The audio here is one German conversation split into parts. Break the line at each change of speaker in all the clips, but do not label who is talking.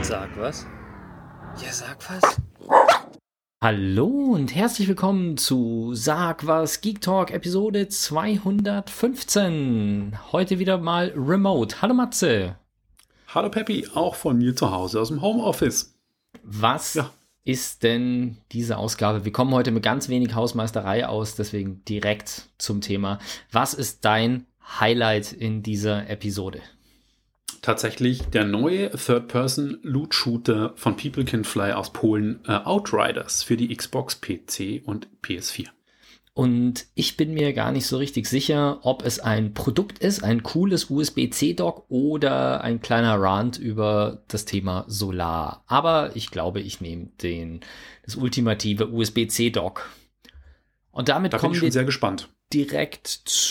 Sag was? Ja, sag was.
Hallo und herzlich willkommen zu Sag was Geek Talk Episode 215. Heute wieder mal remote. Hallo Matze.
Hallo Peppi, auch von mir zu Hause aus dem Homeoffice.
Was ist denn diese Ausgabe? Wir kommen heute mit ganz wenig Hausmeisterei aus, deswegen direkt zum Thema. Was ist dein Highlight in dieser Episode?
Tatsächlich der neue Third-Person-Loot-Shooter von People Can Fly aus Polen, Outriders, für die Xbox, PC und PS4.
Und ich bin mir gar nicht so richtig sicher, ob es ein Produkt ist, ein cooles USB-C-Dock oder ein kleiner Rant über das Thema Solar. Aber ich glaube, ich nehme das ultimative USB-C-Dock. Und damit
da
kommen
bin ich schon sehr gespannt.
Direkt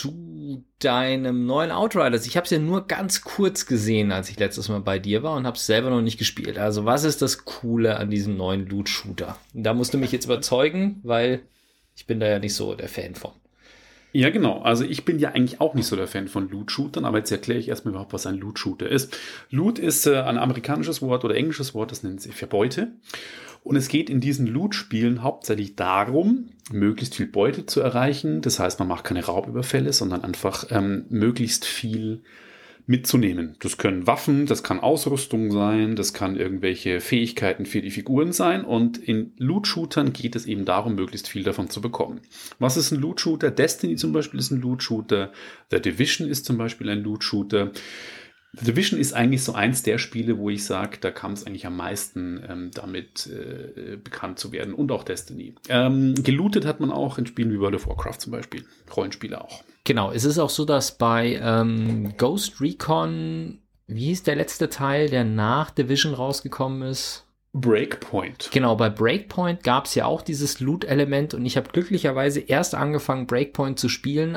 zu deinem neuen Outriders. Ich habe es ja nur ganz kurz gesehen, als ich letztes Mal bei dir war und habe es selber noch nicht gespielt. Also was ist das Coole an diesem neuen Loot-Shooter? Da musst du mich jetzt überzeugen, weil ich bin da ja nicht so der Fan von.
Ja, genau. Also ich bin ja eigentlich auch nicht so der Fan von Loot-Shootern, aber jetzt erkläre ich erstmal überhaupt, was ein Loot-Shooter ist. Loot ist ein amerikanisches Wort oder englisches Wort, das nennt sich für Beute. Und es geht in diesen Loot-Spielen hauptsächlich darum, möglichst viel Beute zu erreichen. Das heißt, man macht keine Raubüberfälle, sondern einfach möglichst viel mitzunehmen. Das können Waffen, das kann Ausrüstung sein, das kann irgendwelche Fähigkeiten für die Figuren sein. Und in Loot-Shootern geht es eben darum, möglichst viel davon zu bekommen. Was ist ein Loot-Shooter? Destiny zum Beispiel ist ein Loot-Shooter. The Division ist zum Beispiel ein Loot-Shooter. The Division ist eigentlich so eins der Spiele, wo ich sage, da kam es eigentlich am meisten damit bekannt zu werden. Und auch Destiny. Gelootet hat man auch in Spielen wie World of Warcraft zum Beispiel. Rollenspiele auch.
Genau, es ist auch so, dass bei Ghost Recon, wie hieß der letzte Teil, der nach Division rausgekommen ist?
Breakpoint.
Genau, bei Breakpoint gab es ja auch dieses Loot-Element und ich habe glücklicherweise erst angefangen, Breakpoint zu spielen,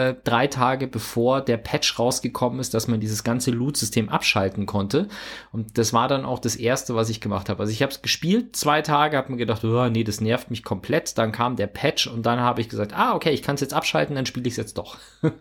3 Tage bevor der Patch rausgekommen ist, dass man dieses ganze Loot-System abschalten konnte. Und das war dann auch das Erste, was ich gemacht habe. Also ich habe es gespielt, 2 Tage, habe mir gedacht, oh, nee, das nervt mich komplett. Dann kam der Patch und dann habe ich gesagt, okay, ich kann es jetzt abschalten, dann spiele ich es jetzt doch.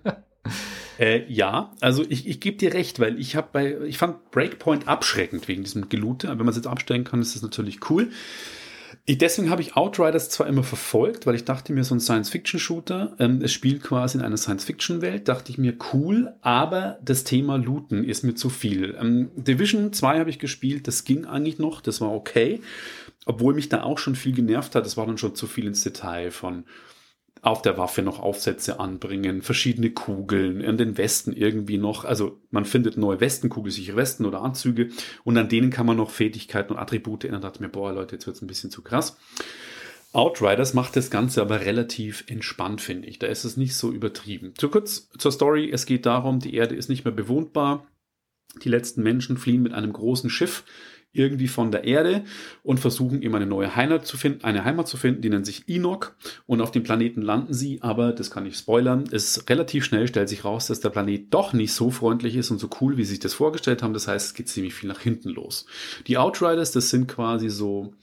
Ja, also ich gebe dir recht, weil ich fand Breakpoint abschreckend wegen diesem Geloote. Aber wenn man es jetzt abstellen kann, ist das natürlich cool. Deswegen habe ich Outriders zwar immer verfolgt, weil ich dachte mir, so ein Science-Fiction-Shooter, es spielt quasi in einer Science-Fiction-Welt, dachte ich mir, cool, aber das Thema Looten ist mir zu viel. Division 2 habe ich gespielt, das ging eigentlich noch, das war okay, obwohl mich da auch schon viel genervt hat, das war dann schon zu viel ins Detail von auf der Waffe noch Aufsätze anbringen, verschiedene Kugeln, in den Westen irgendwie noch, also man findet neue Westen, kugelsichere Westen oder Anzüge und an denen kann man noch Fähigkeiten und Attribute ändern. Da dachte ich mir, Leute, jetzt wird es ein bisschen zu krass. Outriders macht das Ganze aber relativ entspannt, finde ich. Da ist es nicht so übertrieben. Zu kurz zur Story, es geht darum, die Erde ist nicht mehr bewohnbar. Die letzten Menschen fliehen mit einem großen Schiff irgendwie von der Erde und versuchen eben eine Heimat zu finden, die nennt sich Enoch und auf dem Planeten landen sie, aber das kann ich spoilern, es relativ schnell stellt sich raus, dass der Planet doch nicht so freundlich ist und so cool, wie sie sich das vorgestellt haben, das heißt, es geht ziemlich viel nach hinten los. Die Outriders, das sind quasi so,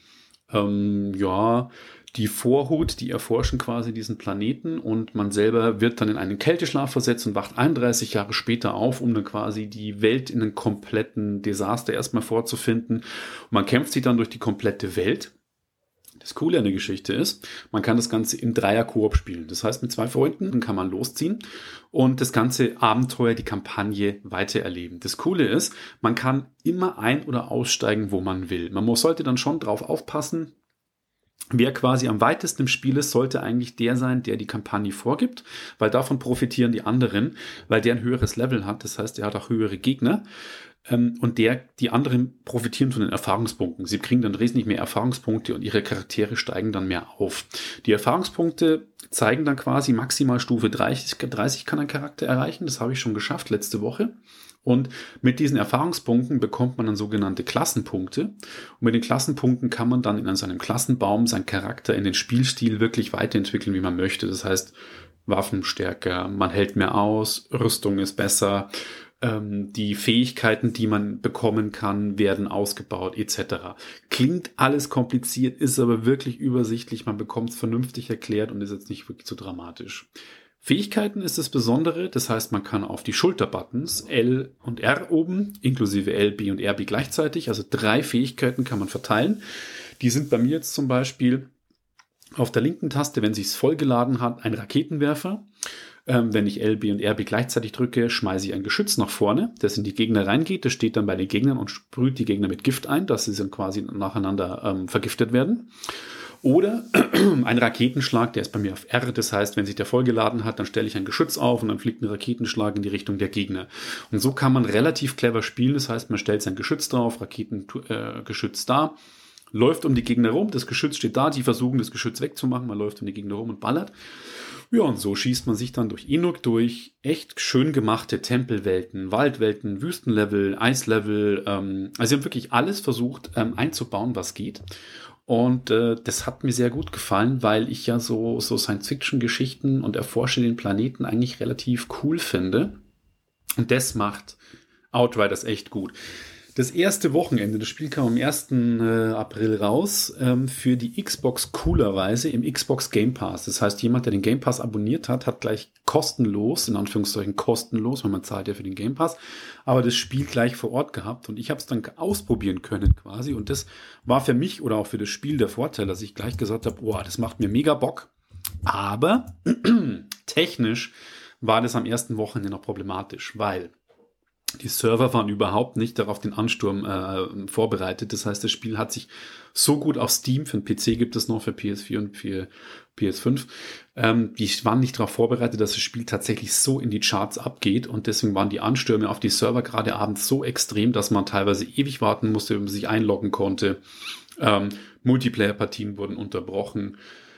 die Vorhut, die erforschen quasi diesen Planeten und man selber wird dann in einen Kälteschlaf versetzt und wacht 31 Jahre später auf, um dann quasi die Welt in einem kompletten Desaster erstmal vorzufinden. Und man kämpft sich dann durch die komplette Welt. Das Coole an der Geschichte ist, man kann das Ganze im Dreier-Koop spielen. Das heißt, mit 2 Freunden kann man losziehen und das ganze Abenteuer, die Kampagne weitererleben. Das Coole ist, man kann immer ein- oder aussteigen, wo man will. Sollte dann schon drauf aufpassen, wer quasi am weitesten im Spiel ist, sollte eigentlich der sein, der die Kampagne vorgibt, weil davon profitieren die anderen, weil der ein höheres Level hat, das heißt, er hat auch höhere Gegner und die anderen profitieren von den Erfahrungspunkten. Sie kriegen dann wesentlich mehr Erfahrungspunkte und ihre Charaktere steigen dann mehr auf. Die Erfahrungspunkte zeigen dann quasi maximal Stufe 30 kann ein Charakter erreichen, das habe ich schon geschafft letzte Woche. Und mit diesen Erfahrungspunkten bekommt man dann sogenannte Klassenpunkte. Und mit den Klassenpunkten kann man dann in seinem Klassenbaum seinen Charakter in den Spielstil wirklich weiterentwickeln, wie man möchte. Das heißt, Waffen stärker, man hält mehr aus, Rüstung ist besser, die Fähigkeiten, die man bekommen kann, werden ausgebaut, etc. Klingt alles kompliziert, ist aber wirklich übersichtlich, man bekommt es vernünftig erklärt und ist jetzt nicht wirklich so dramatisch. Fähigkeiten ist das Besondere, das heißt, man kann auf die Schulterbuttons L und R oben, inklusive L, B und RB gleichzeitig, also 3 Fähigkeiten kann man verteilen. Die sind bei mir jetzt zum Beispiel auf der linken Taste, wenn sich's vollgeladen hat, ein Raketenwerfer. Wenn ich L, B und RB gleichzeitig drücke, schmeiße ich ein Geschütz nach vorne, das in die Gegner reingeht. Das steht dann bei den Gegnern und sprüht die Gegner mit Gift ein, dass sie dann quasi nacheinander vergiftet werden. Oder ein Raketenschlag, der ist bei mir auf R. Das heißt, wenn sich der vollgeladen hat, dann stelle ich ein Geschütz auf und dann fliegt ein Raketenschlag in die Richtung der Gegner. Und so kann man relativ clever spielen. Das heißt, man stellt sein Geschütz drauf, Raketengeschütz da, läuft um die Gegner rum, das Geschütz steht da, die versuchen das Geschütz wegzumachen, man läuft um die Gegner rum und ballert. Ja, und so schießt man sich dann durch Enoch durch echt schön gemachte Tempelwelten, Waldwelten, Wüstenlevel, Eislevel. Also sie haben wirklich alles versucht einzubauen, was geht. Und das hat mir sehr gut gefallen, weil ich ja so Science-Fiction-Geschichten und erforsche den Planeten eigentlich relativ cool finde. Und das macht Outriders echt gut. Das erste Wochenende, das Spiel kam am 1. April raus, für die Xbox coolerweise im Xbox Game Pass. Das heißt, jemand, der den Game Pass abonniert hat, hat gleich kostenlos, in Anführungszeichen kostenlos, weil man zahlt ja für den Game Pass, aber das Spiel gleich vor Ort gehabt. Und ich habe es dann ausprobieren können quasi. Und das war für mich oder auch für das Spiel der Vorteil, dass ich gleich gesagt habe, boah, das macht mir mega Bock. Aber technisch war das am ersten Wochenende noch problematisch, weil die Server waren überhaupt nicht darauf den Ansturm vorbereitet. Das heißt, das Spiel hat sich so gut auf Steam, für den PC gibt es noch, für PS4 und für PS5, die waren nicht darauf vorbereitet, dass das Spiel tatsächlich so in die Charts abgeht. Und deswegen waren die Anstürme auf die Server gerade abends so extrem, dass man teilweise ewig warten musste, bis man sich einloggen konnte. Multiplayer-Partien wurden unterbrochen.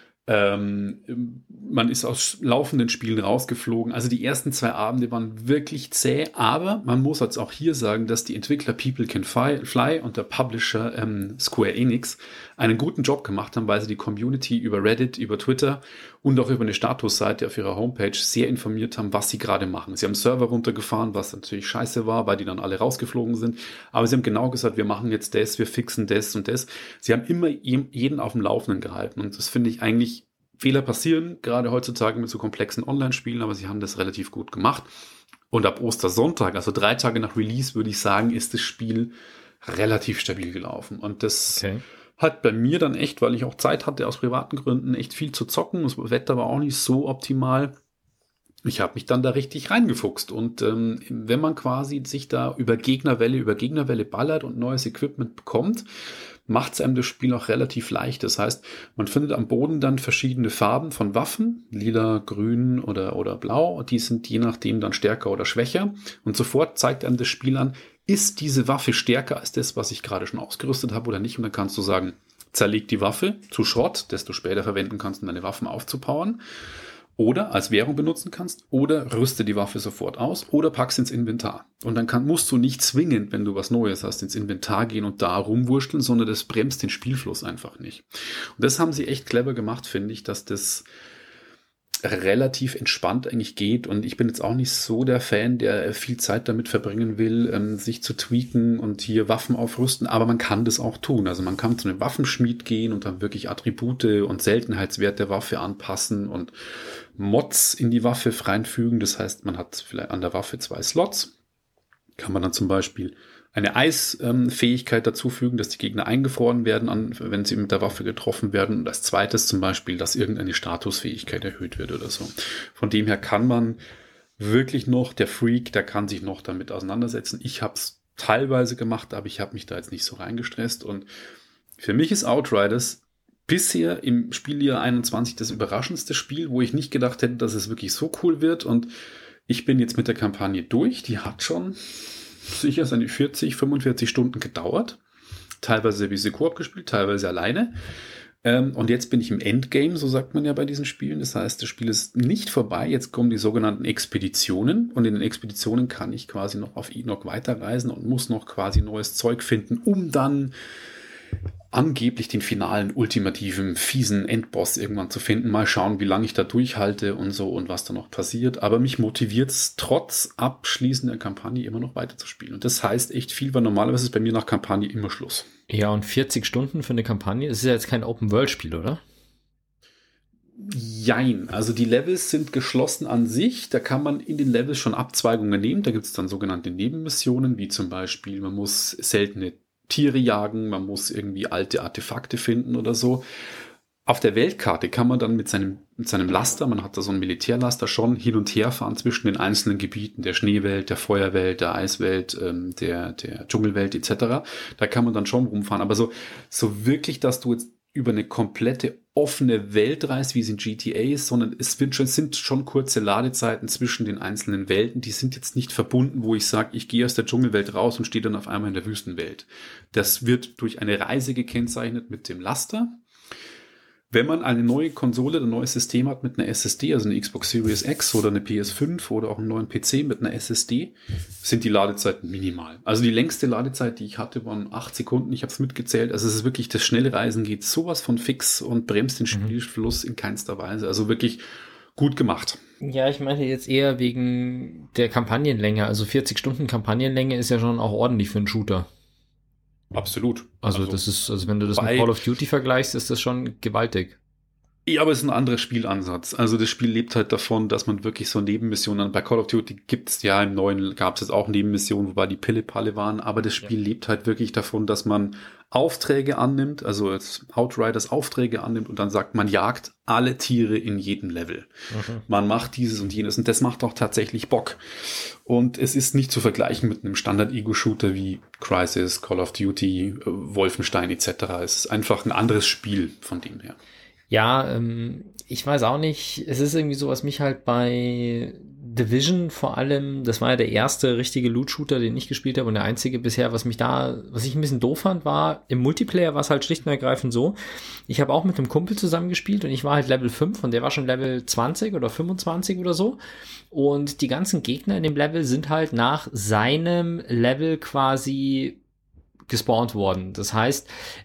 Man ist aus laufenden Spielen rausgeflogen. Also die ersten 2 Abende waren wirklich zäh, aber man muss jetzt auch hier sagen, dass die Entwickler People Can Fly und der Publisher Square Enix einen guten Job gemacht haben, weil sie die Community über Reddit, über Twitter und auch über eine Statusseite auf ihrer Homepage sehr informiert haben, was sie gerade machen. Sie haben Server runtergefahren, was natürlich scheiße war, weil die dann alle rausgeflogen sind. Aber sie haben genau gesagt, wir machen jetzt das, wir fixen das und das. Sie haben immer jeden auf dem Laufenden gehalten. Und das finde ich eigentlich, Fehler passieren, gerade heutzutage mit so komplexen Online-Spielen, aber sie haben das relativ gut gemacht. Und ab Ostersonntag, also 3 Tage nach Release, würde ich sagen, ist das Spiel relativ stabil gelaufen. Und das hat bei mir dann echt, weil ich auch Zeit hatte aus privaten Gründen, echt viel zu zocken. Das Wetter war auch nicht so optimal. Ich habe mich dann da richtig reingefuchst. Und wenn man quasi sich da über Gegnerwelle ballert und neues Equipment bekommt, macht es einem das Spiel auch relativ leicht. Das heißt, man findet am Boden dann verschiedene Farben von Waffen, lila, grün oder blau. Die sind je nachdem dann stärker oder schwächer. Und sofort zeigt einem das Spiel an, ist diese Waffe stärker als das, was ich gerade schon ausgerüstet habe oder nicht? Und dann kannst du sagen, zerleg die Waffe zu Schrott, das du später verwenden kannst, um deine Waffen aufzupowern. Oder als Währung benutzen kannst, oder rüste die Waffe sofort aus, oder pack's ins Inventar. Und dann musst du nicht zwingend, wenn du was Neues hast, ins Inventar gehen und da rumwurschteln, sondern das bremst den Spielfluss einfach nicht. Und das haben sie echt clever gemacht, finde ich, dass das relativ entspannt eigentlich geht. Und ich bin jetzt auch nicht so der Fan, der viel Zeit damit verbringen will, sich zu tweaken und hier Waffen aufrüsten. Aber man kann das auch tun. Also man kann zu einem Waffenschmied gehen und dann wirklich Attribute und Seltenheitswert der Waffe anpassen und Mods in die Waffe reinfügen. Das heißt, man hat vielleicht an der Waffe 2 Slots. Kann man dann zum Beispiel eine Eisfähigkeit dazufügen, dass die Gegner eingefroren werden, wenn sie mit der Waffe getroffen werden. Und als zweites zum Beispiel, dass irgendeine Statusfähigkeit erhöht wird oder so. Von dem her kann man wirklich noch, der Freak, der kann sich noch damit auseinandersetzen. Ich habe es teilweise gemacht, aber ich habe mich da jetzt nicht so reingestresst. Und für mich ist Outriders bisher im Spieljahr 21 das überraschendste Spiel, wo ich nicht gedacht hätte, dass es wirklich so cool wird. Und ich bin jetzt mit der Kampagne durch. Die hat schon sicher seine 40, 45 Stunden gedauert. Teilweise habe ich sie Koop gespielt, teilweise alleine. Und jetzt bin ich im Endgame, so sagt man ja bei diesen Spielen. Das heißt, das Spiel ist nicht vorbei. Jetzt kommen die sogenannten Expeditionen. Und in den Expeditionen kann ich quasi noch auf Enoch weiterreisen und muss noch quasi neues Zeug finden, um dann angeblich den finalen, ultimativen, fiesen Endboss irgendwann zu finden. Mal schauen, wie lange ich da durchhalte und so und was da noch passiert. Aber mich motiviert es trotz abschließender Kampagne immer noch weiterzuspielen. Und das heißt echt viel, weil normalerweise ist bei mir nach Kampagne immer Schluss.
Ja, und 40 Stunden für eine Kampagne, das ist ja jetzt kein Open-World-Spiel, oder?
Jein. Also die Levels sind geschlossen an sich. Da kann man in den Levels schon Abzweigungen nehmen. Da gibt es dann sogenannte Nebenmissionen, wie zum Beispiel, man muss seltene Tiere jagen, man muss irgendwie alte Artefakte finden oder so. Auf der Weltkarte kann man dann mit seinem Laster, man hat da so ein Militärlaster, schon hin und her fahren zwischen den einzelnen Gebieten, der Schneewelt, der Feuerwelt, der Eiswelt, der Dschungelwelt etc. Da kann man dann schon rumfahren. Aber so wirklich, dass du jetzt über eine komplette offene Welt reist, wie es in GTA ist, sondern sind schon kurze Ladezeiten zwischen den einzelnen Welten. Die sind jetzt nicht verbunden, wo ich sage, ich gehe aus der Dschungelwelt raus und stehe dann auf einmal in der Wüstenwelt. Das wird durch eine Reise gekennzeichnet mit dem Laster. Wenn man eine neue Konsole, ein neues System hat mit einer SSD, also eine Xbox Series X oder eine PS5 oder auch einen neuen PC mit einer SSD, sind die Ladezeiten minimal. Also die längste Ladezeit, die ich hatte, waren 8 Sekunden. Ich habe es mitgezählt. Also es ist wirklich, das schnelle Reisen geht sowas von fix und bremst den Spielfluss in keinster Weise. Also wirklich gut gemacht.
Ja, ich meine jetzt eher wegen der Kampagnenlänge. Also 40 Stunden Kampagnenlänge ist ja schon auch ordentlich für einen Shooter.
Absolut.
Also das ist, also wenn du das mit Call of Duty vergleichst, ist das schon gewaltig.
Ja, aber es ist ein anderer Spielansatz. Also das Spiel lebt halt davon, dass man wirklich so Nebenmissionen, bei Call of Duty gibt's ja, im neuen gab es jetzt auch Nebenmissionen, wobei die Pille-Palle waren, aber das Spiel lebt halt wirklich davon, dass man Aufträge annimmt, also als Outriders Aufträge annimmt und dann sagt, man jagt alle Tiere in jedem Level. Man macht dieses und jenes und das macht auch tatsächlich Bock. Und es ist nicht zu vergleichen mit einem Standard-Ego-Shooter wie Crysis, Call of Duty, Wolfenstein etc. Es ist einfach ein anderes Spiel von dem her.
Ja, ich weiß auch nicht, es ist irgendwie so, was mich halt bei Division vor allem, das war ja der erste richtige Loot-Shooter, den ich gespielt habe und der einzige bisher, was ich ein bisschen doof fand, war, im Multiplayer war es halt schlicht und ergreifend so, ich habe auch mit einem Kumpel zusammen gespielt und ich war halt Level 5 und der war schon Level 20 oder 25 oder so und die ganzen Gegner in dem Level sind halt nach seinem Level quasi gespawnt worden. Das heißt,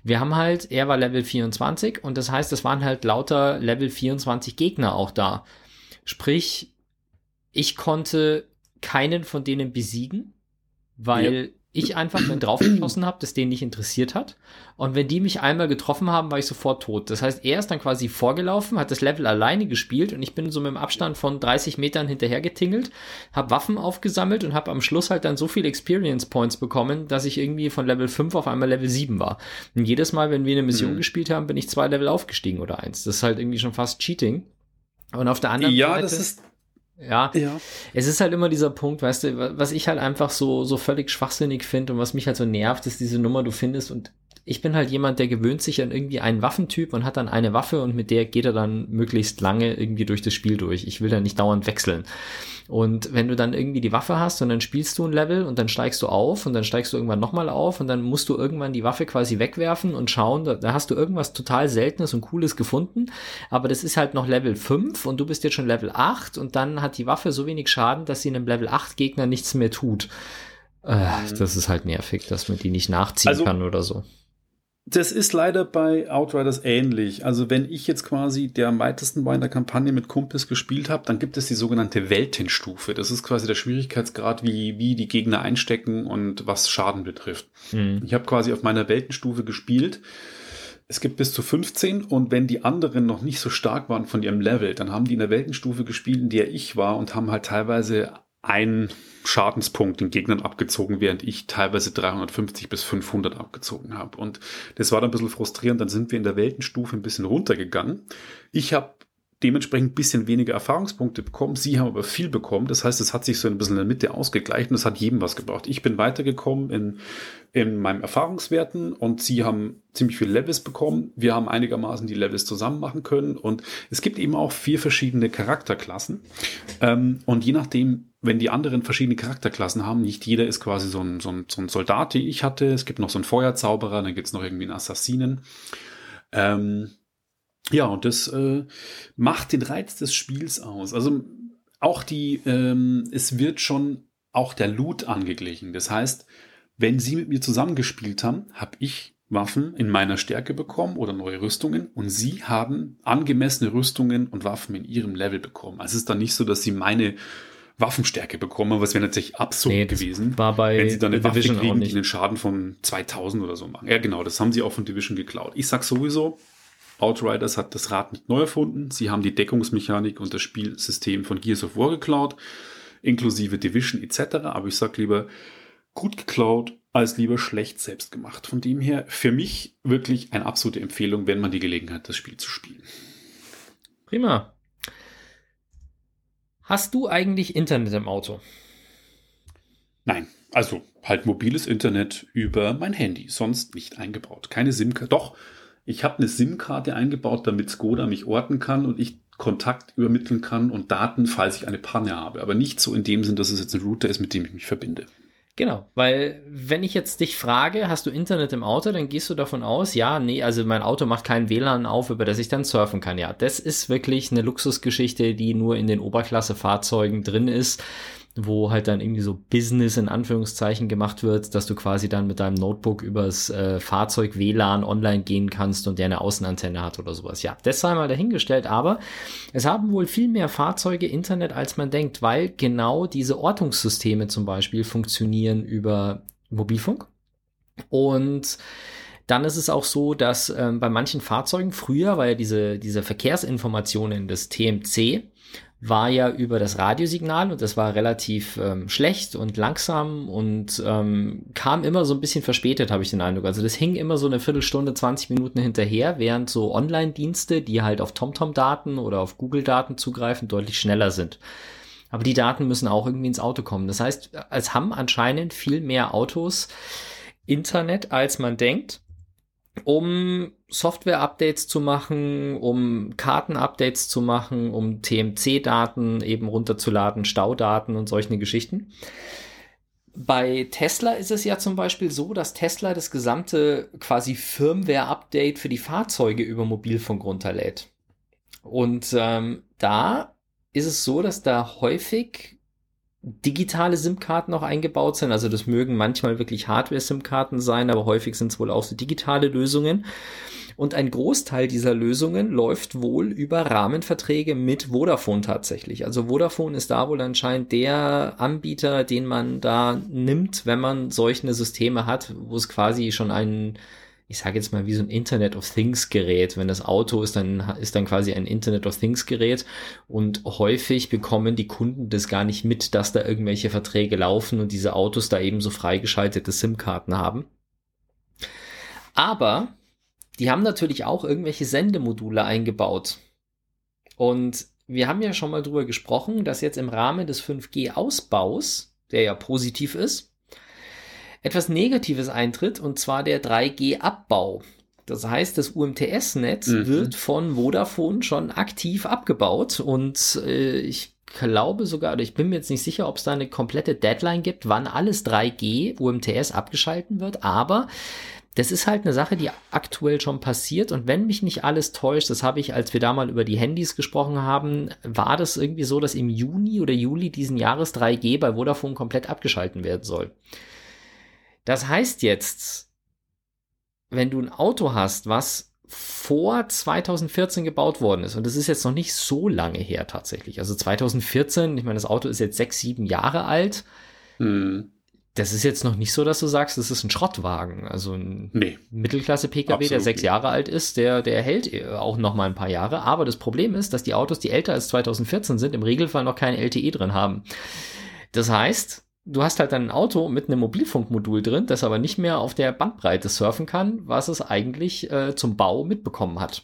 er war Level 24 und das heißt, es waren halt lauter Level 24 Gegner auch da. Sprich, ich konnte keinen von denen besiegen, weil ich einfach dann draufgeschossen habe, das denen nicht interessiert hat. Und wenn die mich einmal getroffen haben, war ich sofort tot. Das heißt, er ist dann quasi vorgelaufen, hat das Level alleine gespielt und ich bin so mit dem Abstand von 30 Metern hinterher getingelt, habe Waffen aufgesammelt und habe am Schluss halt dann so viel Experience Points bekommen, dass ich irgendwie von Level 5 auf einmal Level 7 war. Und jedes Mal, wenn wir eine Mission gespielt haben, bin ich 2 Level aufgestiegen oder 1. Das ist halt irgendwie schon fast Cheating. Und auf der anderen Seite...
Das ist
Ja, es ist halt immer dieser Punkt, weißt du, was ich halt einfach so völlig schwachsinnig finde und was mich halt so nervt, ist diese Nummer, du findest und ich bin halt jemand, der gewöhnt sich an irgendwie einen Waffentyp und hat dann eine Waffe und mit der geht er dann möglichst lange irgendwie durch das Spiel durch. Ich will dann nicht dauernd wechseln. Und wenn du dann irgendwie die Waffe hast und dann spielst du ein Level und dann steigst du auf und dann steigst du irgendwann nochmal auf und dann musst du irgendwann die Waffe quasi wegwerfen und schauen, da hast du irgendwas total Seltenes und Cooles gefunden, aber das ist halt noch Level 5 und du bist jetzt schon Level 8 und dann hat die Waffe so wenig Schaden, dass sie einem Level 8 Gegner nichts mehr tut. Das ist halt nervig, dass man die nicht nachziehen kann oder so.
Das ist leider bei Outriders ähnlich. Also wenn ich jetzt quasi der am weitesten war in der Kampagne mit Kumpels gespielt habe, dann gibt es die sogenannte Weltenstufe. Das ist quasi der Schwierigkeitsgrad, wie die Gegner einstecken und was Schaden betrifft. Ich habe quasi auf meiner Weltenstufe gespielt. Es gibt bis zu 15 und wenn die anderen noch nicht so stark waren von ihrem Level, dann haben die in der Weltenstufe gespielt, in der ich war und haben halt teilweise einen Schadenspunkt den Gegnern abgezogen, während ich teilweise 350 bis 500 abgezogen habe. Und das war dann ein bisschen frustrierend. Dann sind wir in der Weltenstufe ein bisschen runtergegangen. Ich habe dementsprechend ein bisschen weniger Erfahrungspunkte bekommen. Sie haben aber viel bekommen. Das heißt, es hat sich so ein bisschen in der Mitte ausgegleicht und es hat jedem was gebracht. Ich bin weitergekommen in meinem Erfahrungswerten und sie haben ziemlich viele Levels bekommen. Wir haben einigermaßen die Levels zusammen machen können und es gibt eben auch 4 verschiedene Charakterklassen. Und je nachdem, wenn die anderen verschiedene Charakterklassen haben, nicht jeder ist quasi so ein Soldat, den ich hatte. Es gibt noch so einen Feuerzauberer, dann gibt es noch irgendwie einen Assassinen. Ja, und das macht den Reiz des Spiels aus. Also auch es wird schon auch der Loot angeglichen. Das heißt, wenn Sie mit mir zusammengespielt haben, habe ich Waffen in meiner Stärke bekommen oder neue Rüstungen und Sie haben angemessene Rüstungen und Waffen in Ihrem Level bekommen. Also es ist dann nicht so, dass Sie meine Waffenstärke bekommen, aber es wäre natürlich absurd gewesen, wenn Sie dann eine Waffe kriegen, die einen Schaden von 2000 oder so machen. Ja, genau, das haben Sie auch von Division geklaut. Ich sag sowieso, Outriders hat das Rad nicht neu erfunden. Sie haben die Deckungsmechanik und das Spielsystem von Gears of War geklaut, inklusive Division etc. Aber ich sag lieber gut geklaut als lieber schlecht selbst gemacht. Von dem her für mich wirklich eine absolute Empfehlung, wenn man die Gelegenheit hat, das Spiel zu spielen.
Prima. Hast du eigentlich Internet im Auto?
Nein, also halt mobiles Internet über mein Handy, sonst nicht eingebaut. Keine SIM-Karte. Doch, ich habe eine SIM-Karte eingebaut, damit Skoda mich orten kann und ich Kontakt übermitteln kann und Daten, falls ich eine Panne habe. Aber nicht so in dem Sinn, dass es jetzt ein Router ist, mit dem ich mich verbinde.
Genau, weil wenn ich jetzt dich frage, hast du Internet im Auto, dann gehst du davon aus, ja, nee, also mein Auto macht kein WLAN auf, über das ich dann surfen kann. Ja, das ist wirklich eine Luxusgeschichte, die nur in den Oberklasse-Fahrzeugen drin ist, wo halt dann irgendwie so Business in Anführungszeichen gemacht wird, dass du quasi dann mit deinem Notebook übers Fahrzeug WLAN online gehen kannst und der eine Außenantenne hat oder sowas. Ja, das sei mal dahingestellt, aber es haben wohl viel mehr Fahrzeuge Internet, als man denkt, weil genau diese Ortungssysteme zum Beispiel funktionieren über Mobilfunk. Und dann ist es auch so, dass bei manchen Fahrzeugen früher, weil diese Verkehrsinformationen des TMC war ja über das Radiosignal und das war relativ schlecht und langsam und kam immer so ein bisschen verspätet, habe ich den Eindruck. Also das hing immer so eine Viertelstunde, 20 Minuten hinterher, während so Online-Dienste, die halt auf TomTom-Daten oder auf Google-Daten zugreifen, deutlich schneller sind. Aber die Daten müssen auch irgendwie ins Auto kommen. Das heißt, es haben anscheinend viel mehr Autos Internet, als man denkt, um Software-Updates zu machen, um Karten-Updates zu machen, um TMC-Daten eben runterzuladen, Staudaten und solche Geschichten. Bei Tesla ist es ja zum Beispiel so, dass Tesla das gesamte quasi Firmware-Update für die Fahrzeuge über Mobilfunk runterlädt. Und da ist es so, dass da häufig digitale SIM-Karten noch eingebaut sind. Also das mögen manchmal wirklich Hardware-SIM-Karten sein, aber häufig sind es wohl auch so digitale Lösungen. Und ein Großteil dieser Lösungen läuft wohl über Rahmenverträge mit Vodafone tatsächlich. Also Vodafone ist da wohl anscheinend der Anbieter, den man da nimmt, wenn man solche Systeme hat, wo es quasi schon ich sage jetzt mal, wie so ein Internet of Things Gerät. Wenn das Auto ist dann quasi ein Internet of Things Gerät und häufig bekommen die Kunden das gar nicht mit, dass da irgendwelche Verträge laufen und diese Autos da eben so freigeschaltete SIM-Karten haben. Aber die haben natürlich auch irgendwelche Sendemodule eingebaut. Und wir haben ja schon mal drüber gesprochen, dass jetzt im Rahmen des 5G-Ausbaus, der ja positiv ist, etwas Negatives eintritt, und zwar der 3G-Abbau. Das heißt, das UMTS-Netz wird von Vodafone schon aktiv abgebaut und ich glaube sogar, oder ich bin mir jetzt nicht sicher, ob es da eine komplette Deadline gibt, wann alles 3G UMTS abgeschalten wird, aber das ist halt eine Sache, die aktuell schon passiert, und wenn mich nicht alles täuscht, das habe ich, als wir da mal über die Handys gesprochen haben, war das irgendwie so, dass im Juni oder Juli diesen Jahres 3G bei Vodafone komplett abgeschalten werden soll. Das heißt jetzt, wenn du ein Auto hast, was vor 2014 gebaut worden ist, und das ist jetzt noch nicht so lange her tatsächlich, also 2014, ich meine, das Auto ist jetzt 6, 7 Jahre alt, das ist jetzt noch nicht so, dass du sagst, das ist ein Schrottwagen, also ein Mittelklasse-Pkw, der 6 Jahre alt ist, der hält auch noch mal ein paar Jahre, aber das Problem ist, dass die Autos, die älter als 2014 sind, im Regelfall noch kein LTE drin haben. Das heißt, du hast halt dann ein Auto mit einem Mobilfunkmodul drin, das aber nicht mehr auf der Bandbreite surfen kann, was es eigentlich zum Bau mitbekommen hat.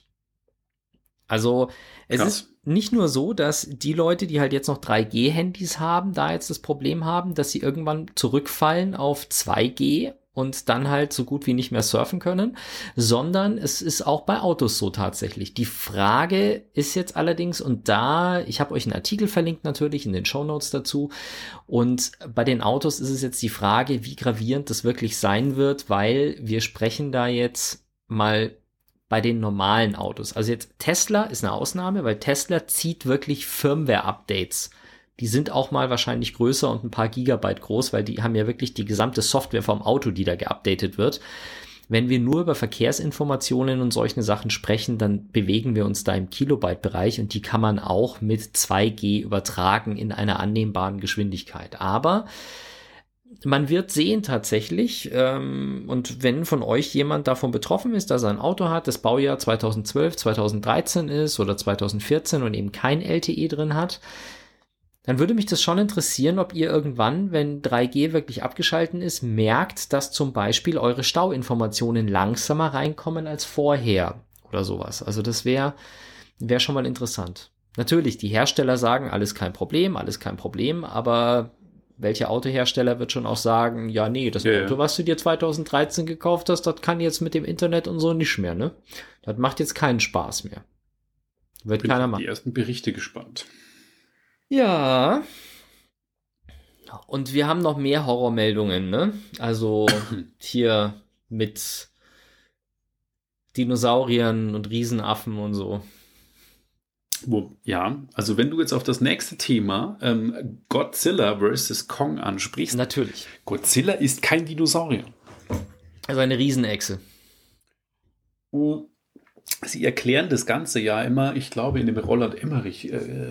Also es ist nicht nur so, dass die Leute, die halt jetzt noch 3G-Handys haben, da jetzt das Problem haben, dass sie irgendwann zurückfallen auf 2G und dann halt so gut wie nicht mehr surfen können, sondern es ist auch bei Autos so tatsächlich. Die Frage ist jetzt allerdings, und da, ich habe euch einen Artikel verlinkt natürlich in den Shownotes dazu, und bei den Autos ist es jetzt die Frage, wie gravierend das wirklich sein wird, weil wir sprechen da jetzt mal bei den normalen Autos. Also jetzt Tesla ist eine Ausnahme, weil Tesla zieht wirklich Firmware-Updates. Die sind auch mal wahrscheinlich größer und ein paar Gigabyte groß, weil die haben ja wirklich die gesamte Software vom Auto, die da geupdatet wird. Wenn wir nur über Verkehrsinformationen und solche Sachen sprechen, dann bewegen wir uns da im Kilobyte-Bereich, und die kann man auch mit 2G übertragen in einer annehmbaren Geschwindigkeit. Aber man wird sehen tatsächlich, und wenn von euch jemand davon betroffen ist, dass er ein Auto hat, das Baujahr 2012, 2013 ist oder 2014 und eben kein LTE drin hat, dann würde mich das schon interessieren, ob ihr irgendwann, wenn 3G wirklich abgeschalten ist, merkt, dass zum Beispiel eure Stauinformationen langsamer reinkommen als vorher oder sowas. Also das wäre schon mal interessant. Natürlich, die Hersteller sagen, alles kein Problem, aber welcher Autohersteller wird schon auch sagen, ja, nee, das Auto, was du dir 2013 gekauft hast, das kann jetzt mit dem Internet und so nicht mehr, ne? Das macht jetzt keinen Spaß mehr. Wird keiner machen.
Die ersten Berichte gespannt.
Ja. Und wir haben noch mehr Horrormeldungen, ne? Also hier mit Dinosauriern und Riesenaffen und so.
Ja, also wenn du jetzt auf das nächste Thema Godzilla vs. Kong ansprichst.
Natürlich.
Godzilla ist kein Dinosaurier.
Also eine Riesenechse.
Sie erklären das Ganze ja immer, ich glaube in dem Roland Emmerich,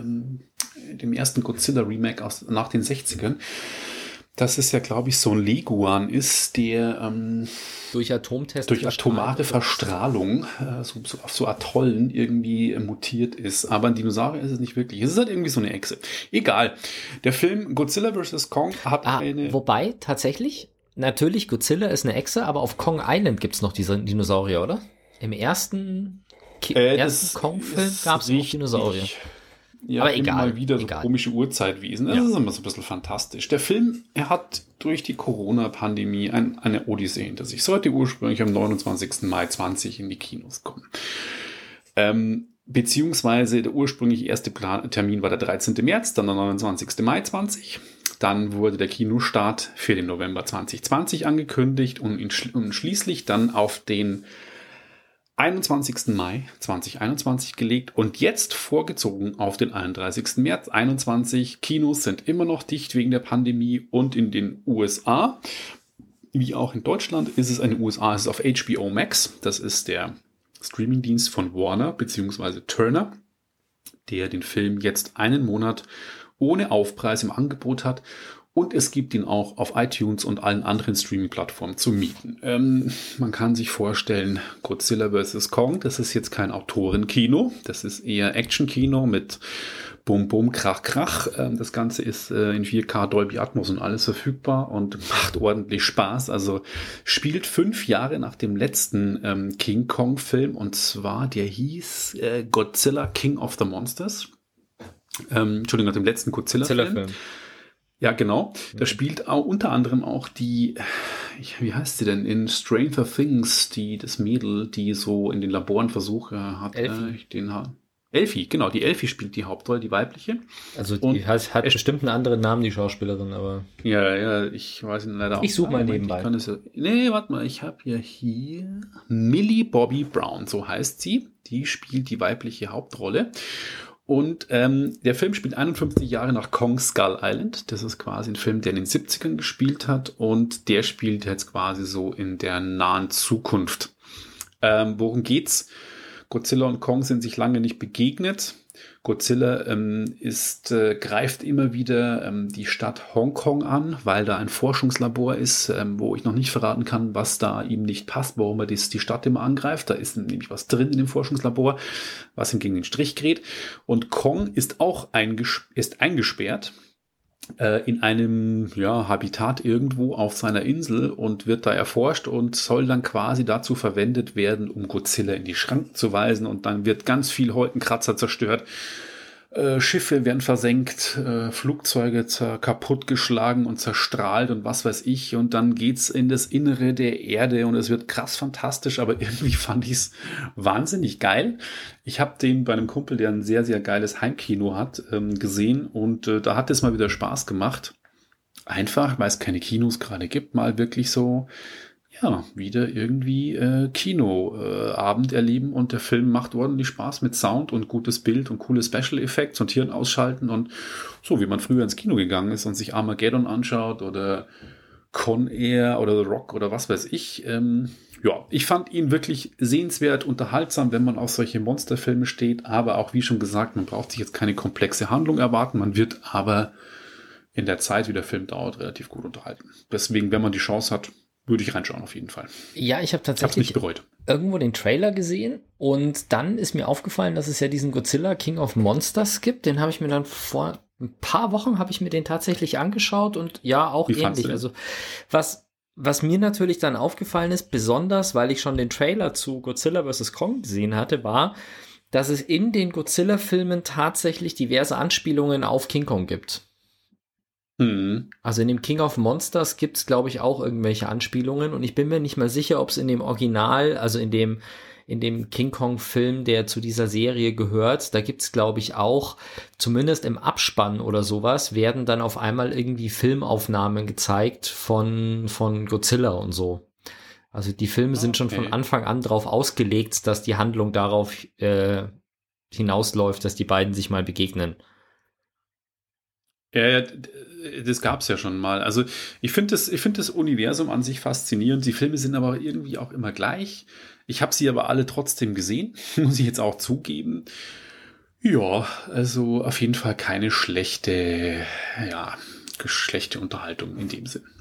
dem ersten Godzilla-Remake nach den 60ern, dass es ja, glaube ich, so ein Leguan ist, der
durch Atomtests
durch atomare Verstrahlung auf so Atollen irgendwie mutiert ist. Aber ein Dinosaurier ist es nicht wirklich. Es ist halt irgendwie so eine Echse. Egal. Der Film Godzilla vs. Kong hat eine...
Wobei, tatsächlich, natürlich, Godzilla ist eine Echse, aber auf Kong Island gibt es noch diese Dinosaurier, oder? Im ersten Kong-Film gab es noch Dinosaurier.
Ja, aber egal. Mal wieder so komische Uhrzeitwesen. Das ist immer so ein bisschen fantastisch. Der Film, er hat durch die Corona-Pandemie eine Odyssee hinter sich. Sollte ursprünglich am 29. Mai 20 in die Kinos kommen. Beziehungsweise der ursprünglich erste Termin war der 13. März, dann der 29. Mai 20. Dann wurde der Kinostart für den November 2020 angekündigt und schließlich dann auf den 21. Mai 2021 gelegt und jetzt vorgezogen auf den 31. März 2021. Kinos sind immer noch dicht wegen der Pandemie und in den USA, wie auch in Deutschland, ist es auf HBO Max. Das ist der Streamingdienst von Warner bzw. Turner, der den Film jetzt einen Monat ohne Aufpreis im Angebot hat. Und es gibt ihn auch auf iTunes und allen anderen Streaming-Plattformen zu mieten. Man kann sich vorstellen, Godzilla vs. Kong, das ist jetzt kein Autorenkino, das ist eher Action-Kino mit Bum Bum, Krach, Krach. Das Ganze ist in 4K Dolby Atmos und alles verfügbar und macht ordentlich Spaß. Also spielt 5 Jahre nach dem letzten King Kong-Film, und zwar der hieß Godzilla King of the Monsters. Entschuldigung, nach dem letzten Godzilla-Film. Ja, genau. Da spielt auch unter anderem auch die, wie heißt sie denn, in Stranger Things, das Mädel, die so in den Laboren Versuche hat. Elfie, genau, die Elfie spielt die Hauptrolle, die weibliche.
Also die hat bestimmt einen anderen Namen, die Schauspielerin, aber...
Ja, ich weiß ihn leider auch.
Ich suche mal nebenbei.
Warte mal, ich habe ja hier Millie Bobby Brown, so heißt sie. Die spielt die weibliche Hauptrolle. Und der Film spielt 51 Jahre nach Kong Skull Island. Das ist quasi ein Film, der in den 70ern gespielt hat. Und der spielt jetzt quasi so in der nahen Zukunft. Worum geht's? Godzilla und Kong sind sich lange nicht begegnet. Godzilla greift immer wieder die Stadt Hongkong an, weil da ein Forschungslabor ist, wo ich noch nicht verraten kann, was da ihm nicht passt, warum er die Stadt immer angreift. Da ist nämlich was drin in dem Forschungslabor, was ihm gegen den Strich gerät. Und Kong ist auch eingesperrt in einem Habitat irgendwo auf seiner Insel und wird da erforscht und soll dann quasi dazu verwendet werden, um Godzilla in die Schranken zu weisen, und dann wird ganz viel Wolkenkratzer zerstört, Schiffe werden versenkt, Flugzeuge kaputtgeschlagen und zerstrahlt und was weiß ich, und dann geht's in das Innere der Erde und es wird krass fantastisch, aber irgendwie fand ich es wahnsinnig geil. Ich habe den bei einem Kumpel, der ein sehr, sehr geiles Heimkino hat, gesehen, und da hat es mal wieder Spaß gemacht. Einfach, weil es keine Kinos gerade gibt, mal wirklich so wieder irgendwie Kinoabend erleben, und der Film macht ordentlich Spaß mit Sound und gutes Bild und coole Special Effects und Hirn ausschalten und so, wie man früher ins Kino gegangen ist und sich Armageddon anschaut oder Con Air oder The Rock oder was weiß ich. Ich fand ihn wirklich sehenswert, unterhaltsam, wenn man auf solche Monsterfilme steht, aber auch, wie schon gesagt, man braucht sich jetzt keine komplexe Handlung erwarten, man wird aber in der Zeit, wie der Film dauert, relativ gut unterhalten. Deswegen, wenn man die Chance hat, würde ich reinschauen auf jeden Fall.
Ja, ich habe tatsächlich
nicht bereut.
Irgendwo den Trailer gesehen und dann ist mir aufgefallen, dass es ja diesen Godzilla King of Monsters gibt. Den habe ich mir dann vor ein paar Wochen den tatsächlich angeschaut und ja, auch
Wie fandst
ähnlich.
du den?
Also was mir natürlich dann aufgefallen ist, besonders weil ich schon den Trailer zu Godzilla vs. Kong gesehen hatte, war, dass es in den Godzilla-Filmen tatsächlich diverse Anspielungen auf King Kong gibt. Also in dem King of Monsters gibt es, glaube ich, auch irgendwelche Anspielungen und ich bin mir nicht mal sicher, ob es in dem Original, also in dem King Kong-Film, der zu dieser Serie gehört, da gibt es, glaube ich, auch, zumindest im Abspann oder sowas, werden dann auf einmal irgendwie Filmaufnahmen gezeigt von Godzilla und so. Also die Filme sind schon von Anfang an darauf ausgelegt, dass die Handlung darauf hinausläuft, dass die beiden sich mal begegnen.
Ja, das gab es ja schon mal. Also ich finde das Universum an sich faszinierend. Die Filme sind aber irgendwie auch immer gleich. Ich habe sie aber alle trotzdem gesehen, muss ich jetzt auch zugeben. Ja, also auf jeden Fall keine schlechte Unterhaltung in dem Sinn.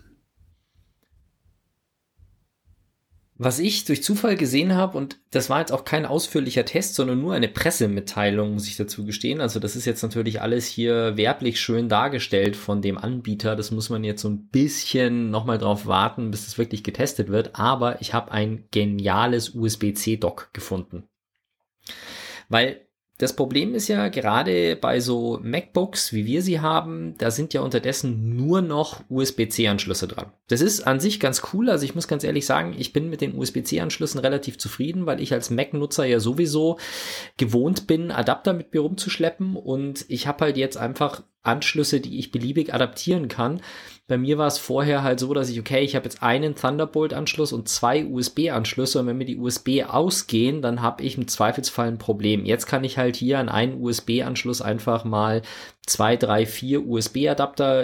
Was ich durch Zufall gesehen habe, und das war jetzt auch kein ausführlicher Test, sondern nur eine Pressemitteilung, muss ich dazu gestehen. Also das ist jetzt natürlich alles hier werblich schön dargestellt von dem Anbieter. Das muss man jetzt so ein bisschen nochmal drauf warten, bis es wirklich getestet wird. Aber ich habe ein geniales USB-C-Dock gefunden. Weil das Problem ist ja, gerade bei so MacBooks, wie wir sie haben, da sind ja unterdessen nur noch USB-C-Anschlüsse dran. Das ist an sich ganz cool, also ich muss ganz ehrlich sagen, ich bin mit den USB-C-Anschlüssen relativ zufrieden, weil ich als Mac-Nutzer ja sowieso gewohnt bin, Adapter mit mir rumzuschleppen und ich habe halt jetzt einfach Anschlüsse, die ich beliebig adaptieren kann. Bei mir war es vorher halt so, dass ich habe jetzt einen Thunderbolt-Anschluss und 2 USB-Anschlüsse und wenn mir die USB ausgehen, dann habe ich im Zweifelsfall ein Problem. Jetzt kann ich halt hier an einen USB-Anschluss einfach mal 2, 3, 4 USB-Adapter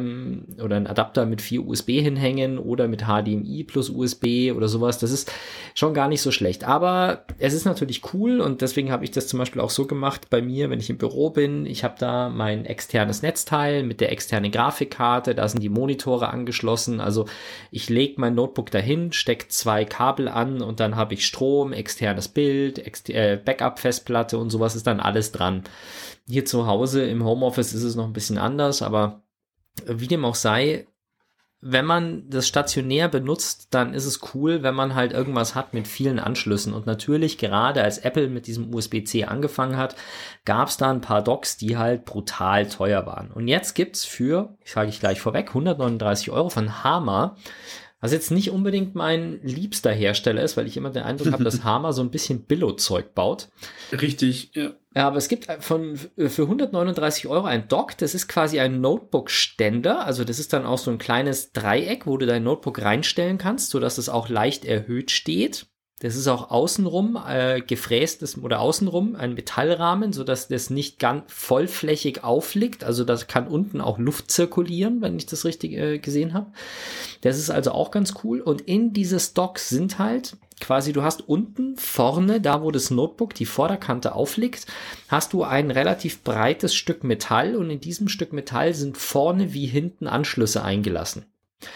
oder einen Adapter mit 4 USB hinhängen oder mit HDMI plus USB oder sowas. Das ist schon gar nicht so schlecht. Aber es ist natürlich cool und deswegen habe ich das zum Beispiel auch so gemacht bei mir, wenn ich im Büro bin. Ich habe da mein externes Netzteil mit der externen Grafikkarte, da sind die Monitore angeschlossen. Also ich lege mein Notebook dahin, stecke 2 Kabel an und dann habe ich Strom, externes Bild, Backup-Festplatte und sowas ist dann alles dran. Hier zu Hause im Homeoffice ist es noch ein bisschen anders, aber wie dem auch sei, wenn man das stationär benutzt, dann ist es cool, wenn man halt irgendwas hat mit vielen Anschlüssen. Und natürlich, gerade als Apple mit diesem USB-C angefangen hat, gab es da ein paar Docks, die halt brutal teuer waren. Und jetzt gibt's für, sage ich gleich vorweg, 139 € von Hama, was jetzt nicht unbedingt mein liebster Hersteller ist, weil ich immer den Eindruck habe, dass Hama so ein bisschen Billo-Zeug baut.
Richtig, ja.
Ja, aber es gibt für 139 € ein Dock, das ist quasi ein Notebook-Ständer, also das ist dann auch so ein kleines Dreieck, wo du dein Notebook reinstellen kannst, sodass es auch leicht erhöht steht. Das ist auch außenrum gefrästes oder außenrum ein Metallrahmen, sodass das nicht ganz vollflächig aufliegt. Also das kann unten auch Luft zirkulieren, wenn ich das richtig gesehen habe. Das ist also auch ganz cool. Und in dieses Dock sind halt quasi, du hast unten vorne, da wo das Notebook die Vorderkante aufliegt, hast du ein relativ breites Stück Metall und in diesem Stück Metall sind vorne wie hinten Anschlüsse eingelassen.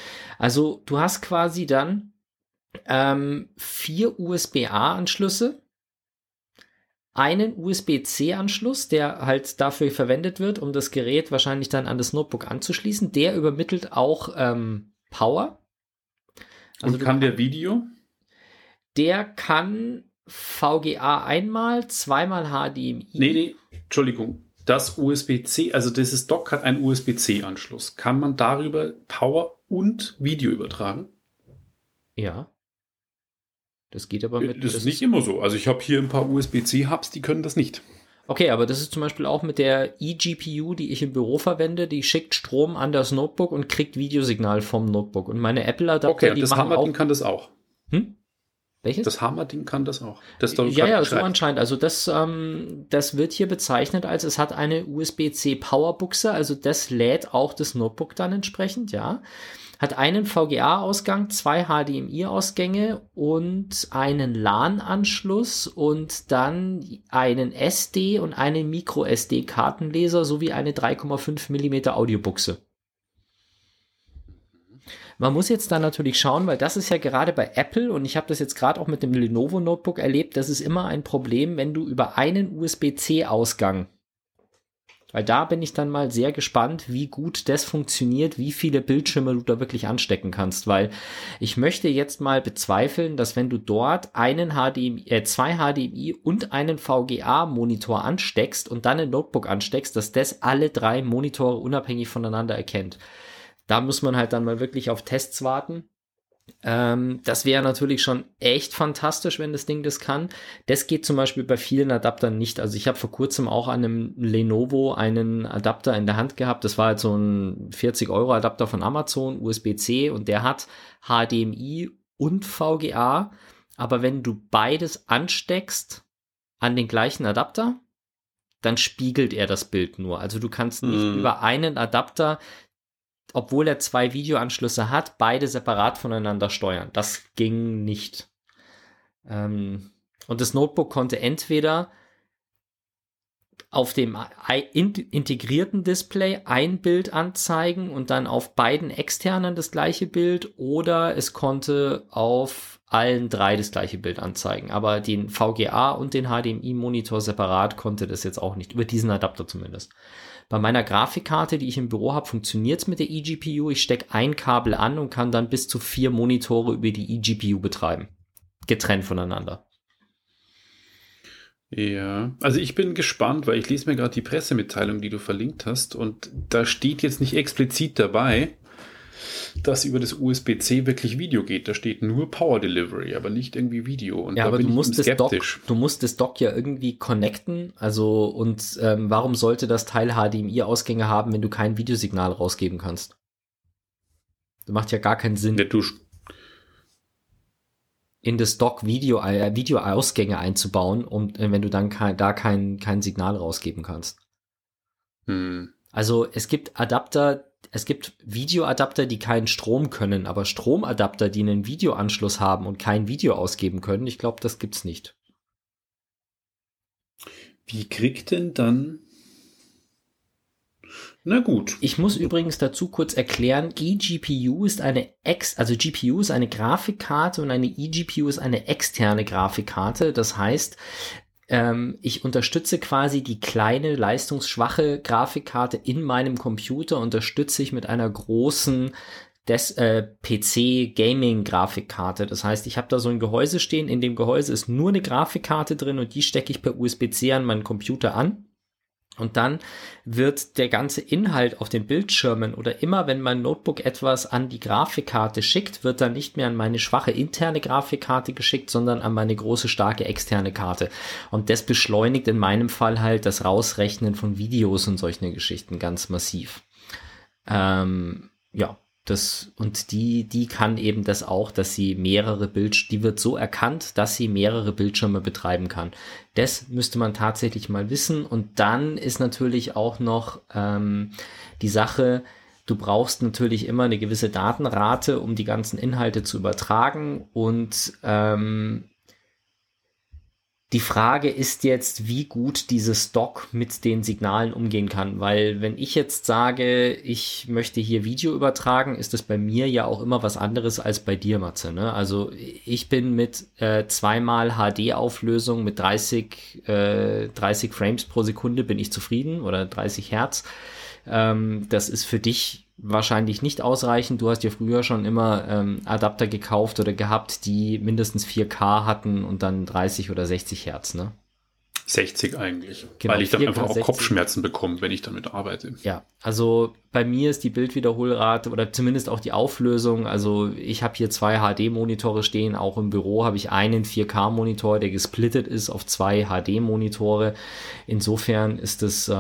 Also du hast quasi dann 4 USB-A-Anschlüsse, einen USB-C-Anschluss, der halt dafür verwendet wird, um das Gerät wahrscheinlich dann an das Notebook anzuschließen. Der übermittelt auch Power.
Also und kann der Video?
Der kann VGA einmal, zweimal HDMI.
Nee, Entschuldigung. Das USB-C, also dieses Dock hat einen USB-C-Anschluss. Kann man darüber Power und Video übertragen?
Ja. Das geht aber mit...
Das ist nicht immer so. Also ich habe hier ein paar USB-C-Hubs, die können das nicht.
Okay, aber das ist zum Beispiel auch mit der eGPU, die ich im Büro verwende, die schickt Strom an das Notebook und kriegt Videosignal vom Notebook. Und meine Apple-Adapter,
okay,
die
das
machen
Hammer-Ding
auch...
kann das auch.
Welches?
Das Hammer-Ding kann das auch. Das
ja, so anscheinend. Also das wird hier bezeichnet als, es hat eine USB-C Powerbuchse, also das lädt auch das Notebook dann entsprechend, ja. Hat einen VGA-Ausgang, 2 HDMI-Ausgänge und einen LAN-Anschluss und dann einen SD und einen Micro-SD-Kartenleser sowie eine 3,5 mm Audiobuchse. Man muss jetzt da natürlich schauen, weil das ist ja gerade bei Apple und ich habe das jetzt gerade auch mit dem Lenovo Notebook erlebt, das ist immer ein Problem, wenn du über einen USB-C-Ausgang, weil da bin ich dann mal sehr gespannt, wie gut das funktioniert, wie viele Bildschirme du da wirklich anstecken kannst, weil ich möchte jetzt mal bezweifeln, dass wenn du dort zwei HDMI und einen VGA-Monitor ansteckst und dann ein Notebook ansteckst, dass das alle 3 Monitore unabhängig voneinander erkennt. Da muss man halt dann mal wirklich auf Tests warten. Das wäre natürlich schon echt fantastisch, wenn das Ding das kann. Das geht zum Beispiel bei vielen Adaptern nicht. Also ich habe vor kurzem auch an einem Lenovo einen Adapter in der Hand gehabt. Das war halt so ein 40€ Adapter von Amazon, USB-C, und der hat HDMI und VGA. Aber wenn du beides ansteckst an den gleichen Adapter, dann spiegelt er das Bild nur. Also du kannst nicht über einen Adapter, obwohl er 2 Videoanschlüsse hat, beide separat voneinander steuern. Das ging nicht. Und das Notebook konnte entweder auf dem integrierten Display ein Bild anzeigen und dann auf beiden externen das gleiche Bild, oder es konnte auf allen 3 das gleiche Bild anzeigen. Aber den VGA und den HDMI-Monitor separat konnte das jetzt auch nicht, über diesen Adapter zumindest. Bei meiner Grafikkarte, die ich im Büro habe, funktioniert es mit der eGPU. Ich stecke ein Kabel an und kann dann bis zu 4 Monitore über die eGPU betreiben. Getrennt voneinander.
Ja, also ich bin gespannt, weil ich lese mir gerade die Pressemitteilung, die du verlinkt hast, und da steht jetzt nicht explizit dabei, dass über das USB-C wirklich Video geht. Da steht nur Power Delivery, aber nicht irgendwie Video. Und
ja,
da
aber
bin
du
ich
musst
skeptisch.
du musst das Dock ja irgendwie connecten. Also, und warum sollte das Teil HDMI-Ausgänge haben, wenn du kein Videosignal rausgeben kannst? Das macht ja gar keinen Sinn.
Ja,
In das Dock Videoausgänge einzubauen, wenn du dann kein Signal rausgeben kannst. Also es gibt Videoadapter, die keinen Strom können, aber Stromadapter, die einen Videoanschluss haben und kein Video ausgeben können, ich glaube, das gibt's nicht.
Wie kriegt denn dann... Na gut.
Ich muss übrigens dazu kurz erklären, eGPU ist GPU ist eine Grafikkarte und eine eGPU ist eine externe Grafikkarte. Das heißt, ich unterstütze quasi die kleine, leistungsschwache Grafikkarte in meinem Computer, unterstütze ich mit einer großen PC-Gaming-Grafikkarte. Das heißt, ich habe da so ein Gehäuse stehen, in dem Gehäuse ist nur eine Grafikkarte drin und die stecke ich per USB-C an meinen Computer an. Und dann wird der ganze Inhalt auf den Bildschirmen oder immer, wenn mein Notebook etwas an die Grafikkarte schickt, wird dann nicht mehr an meine schwache interne Grafikkarte geschickt, sondern an meine große, starke externe Karte. Und das beschleunigt in meinem Fall halt das Rausrechnen von Videos und solche Geschichten ganz massiv. Die kann eben das auch, dass sie die wird so erkannt, dass sie mehrere Bildschirme betreiben kann. Das müsste man tatsächlich mal wissen. Und dann ist natürlich auch noch die Sache, du brauchst natürlich immer eine gewisse Datenrate, um die ganzen Inhalte zu übertragen. Und die Frage ist jetzt, wie gut dieses Dock mit den Signalen umgehen kann, weil wenn ich jetzt sage, ich möchte hier Video übertragen, ist das bei mir ja auch immer was anderes als bei dir, Matze, ne? Also ich bin mit 2x HD-Auflösung mit 30 Frames pro Sekunde bin ich zufrieden, oder 30 Hertz. Das ist für dich wahrscheinlich nicht ausreichend. Du hast ja früher schon immer Adapter gekauft oder gehabt, die mindestens 4K hatten und dann 30 oder 60 Hertz, ne?
60 eigentlich,
genau,
weil ich dann
4K
einfach auch
60.
Kopfschmerzen bekomme, wenn ich damit arbeite.
Ja, also bei mir ist die Bildwiederholrate oder zumindest auch die Auflösung, also ich habe hier 2 HD-Monitore stehen, auch im Büro habe ich einen 4K-Monitor, der gesplittet ist auf 2 HD-Monitore. Insofern ist es,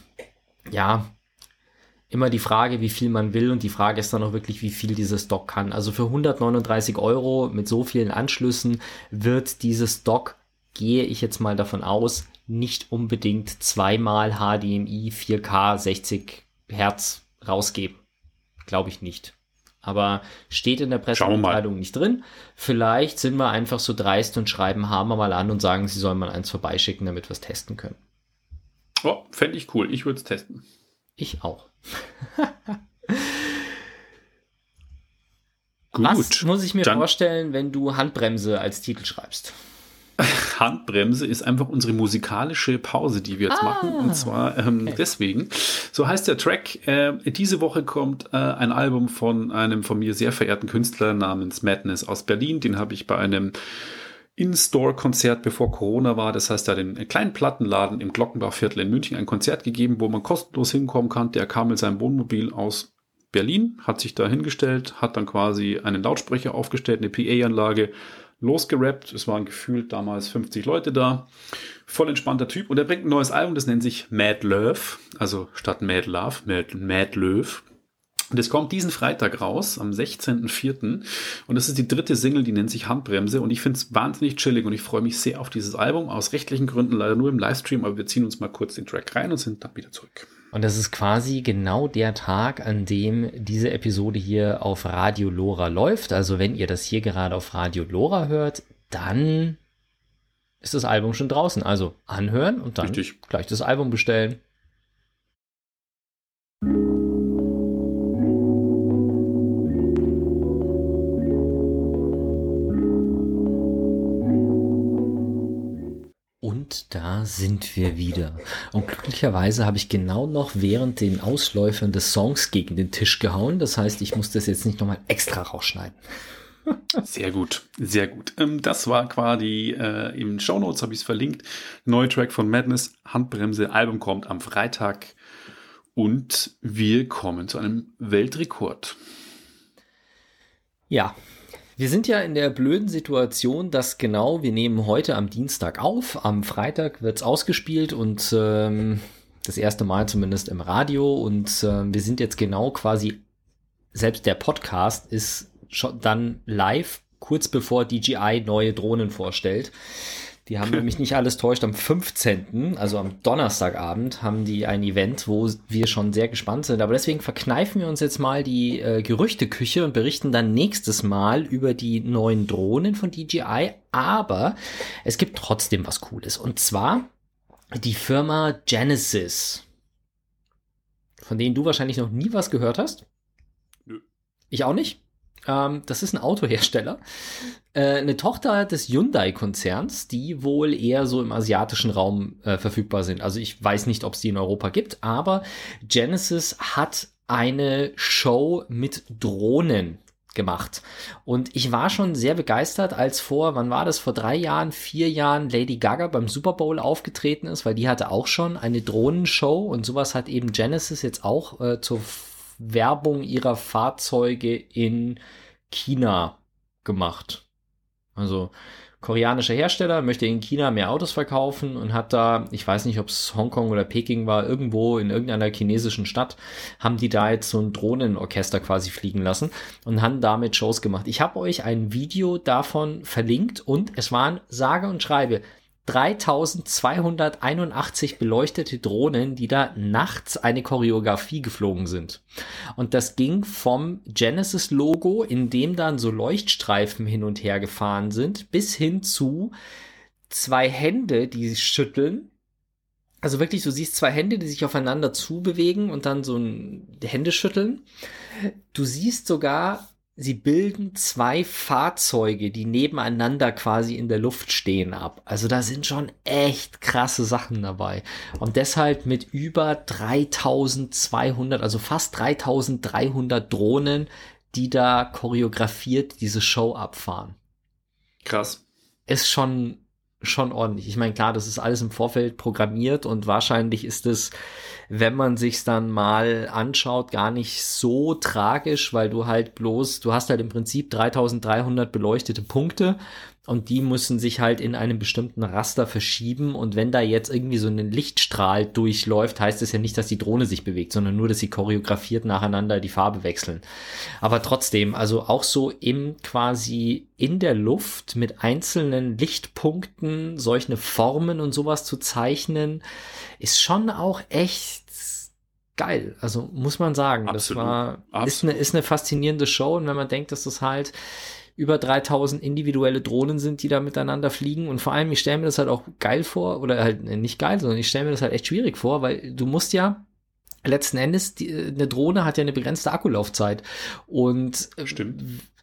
immer die Frage, wie viel man will, und die Frage ist dann auch wirklich, wie viel dieses Dock kann. Also für 139 € mit so vielen Anschlüssen wird dieses Dock, gehe ich jetzt mal davon aus, nicht unbedingt 2x HDMI 4K 60 Hertz rausgeben. Glaube ich nicht. Aber steht in der Pressemitteilung nicht drin. Vielleicht sind wir einfach so dreist und schreiben Hammer mal an und sagen, sie sollen mal eins vorbeischicken, damit wir es testen können.
Oh, fände ich cool. Ich würde es testen.
Ich auch.
Gut.
Was muss ich mir vorstellen, wenn du Handbremse als Titel schreibst?
Handbremse ist einfach unsere musikalische Pause, die wir jetzt machen. Und zwar deswegen. So heißt der Track. Diese Woche kommt ein Album von einem von mir sehr verehrten Künstler namens Madness aus Berlin. Den habe ich bei einem In-Store-Konzert, bevor Corona war. Das heißt, er hat den kleinen Plattenladen im Glockenbachviertel in München ein Konzert gegeben, wo man kostenlos hinkommen kann. Der kam mit seinem Wohnmobil aus Berlin, hat sich da hingestellt, hat dann quasi einen Lautsprecher aufgestellt, eine PA-Anlage, losgerappt. Es waren gefühlt damals 50 Leute da. Voll entspannter Typ. Und er bringt ein neues Album, das nennt sich Mad Löw. Also statt Mad Love, Mad Löw. Und es kommt diesen Freitag raus, am 16.04. Und das ist die dritte Single, die nennt sich Handbremse. Und ich finde es wahnsinnig chillig und ich freue mich sehr auf dieses Album. Aus rechtlichen Gründen leider nur im Livestream, aber wir ziehen uns mal kurz den Track rein und sind dann wieder zurück.
Und das ist quasi genau der Tag, an dem diese Episode hier auf Radio Lora läuft. Also wenn ihr das hier gerade auf Radio Lora hört, dann ist das Album schon draußen. Also anhören und dann gleich das Album bestellen. Und da sind wir wieder. Und glücklicherweise habe ich genau noch während den Ausläufern des Songs gegen den Tisch gehauen. Das heißt, ich muss das jetzt nicht nochmal extra rausschneiden.
Sehr gut, sehr gut. Das war quasi im Shownotes, habe ich es verlinkt. Neuer Track von Madness, Handbremse, Album kommt am Freitag. Und wir kommen zu einem Weltrekord.
Ja. Wir sind ja in der blöden Situation, dass wir nehmen heute am Dienstag auf, am Freitag wird's ausgespielt und das erste Mal zumindest im Radio und wir sind jetzt genau quasi, selbst der Podcast ist schon dann live, kurz bevor DJI neue Drohnen vorstellt. Die haben nämlich nicht alles täuscht, am 15., also am Donnerstagabend, haben die ein Event, wo wir schon sehr gespannt sind. Aber deswegen verkneifen wir uns jetzt mal die Gerüchteküche und berichten dann nächstes Mal über die neuen Drohnen von DJI. Aber es gibt trotzdem was Cooles. Und zwar die Firma Genesis, von denen du wahrscheinlich noch nie was gehört hast.
Nö.
Ich auch nicht. Das ist ein Autohersteller, eine Tochter des Hyundai-Konzerns, die wohl eher so im asiatischen Raum verfügbar sind. Also ich weiß nicht, ob es die in Europa gibt, aber Genesis hat eine Show mit Drohnen gemacht. Und ich war schon sehr begeistert, als vor 4 Jahren Lady Gaga beim Super Bowl aufgetreten ist, weil die hatte auch schon eine Drohnenshow und sowas hat eben Genesis jetzt auch zur Werbung ihrer Fahrzeuge in China gemacht. Also koreanischer Hersteller möchte in China mehr Autos verkaufen und hat da, ich weiß nicht, ob es Hongkong oder Peking war, irgendwo in irgendeiner chinesischen Stadt, haben die da jetzt so ein Drohnenorchester quasi fliegen lassen und haben damit Shows gemacht. Ich habe euch ein Video davon verlinkt und es waren sage und schreibe 3281 beleuchtete Drohnen, die da nachts eine Choreografie geflogen sind. Und das ging vom Genesis-Logo, in dem dann so Leuchtstreifen hin und her gefahren sind, bis hin zu 2 Hände, die schütteln. Also wirklich, du siehst 2 Hände, die sich aufeinander zubewegen und dann so ein Händeschütteln. Du siehst sogar, sie bilden 2 Fahrzeuge, die nebeneinander quasi in der Luft stehen ab. Also da sind schon echt krasse Sachen dabei. Und deshalb mit über 3200, also fast 3300 Drohnen, die da choreografiert diese Show abfahren.
Krass.
Ist schon ordentlich. Ich meine, klar, das ist alles im Vorfeld programmiert und wahrscheinlich ist es, wenn man sich's dann mal anschaut, gar nicht so tragisch, weil du hast halt im Prinzip 3300 beleuchtete Punkte und die müssen sich halt in einem bestimmten Raster verschieben und wenn da jetzt irgendwie so ein Lichtstrahl durchläuft, heißt es ja nicht, dass die Drohne sich bewegt, sondern nur, dass sie choreografiert nacheinander die Farbe wechseln. Aber trotzdem, also auch so quasi in der Luft mit einzelnen Lichtpunkten solche Formen und sowas zu zeichnen, ist schon auch echt geil. Also muss man sagen,
Absolut.
Ist eine faszinierende Show und wenn man denkt, dass das halt über 3000 individuelle Drohnen sind, die da miteinander fliegen und vor allem, ich stelle mir das halt auch geil vor, oder halt nicht geil, sondern ich stelle mir das halt echt schwierig vor, weil du musst ja letzten Endes, eine Drohne hat ja eine begrenzte Akkulaufzeit und
Stimmt.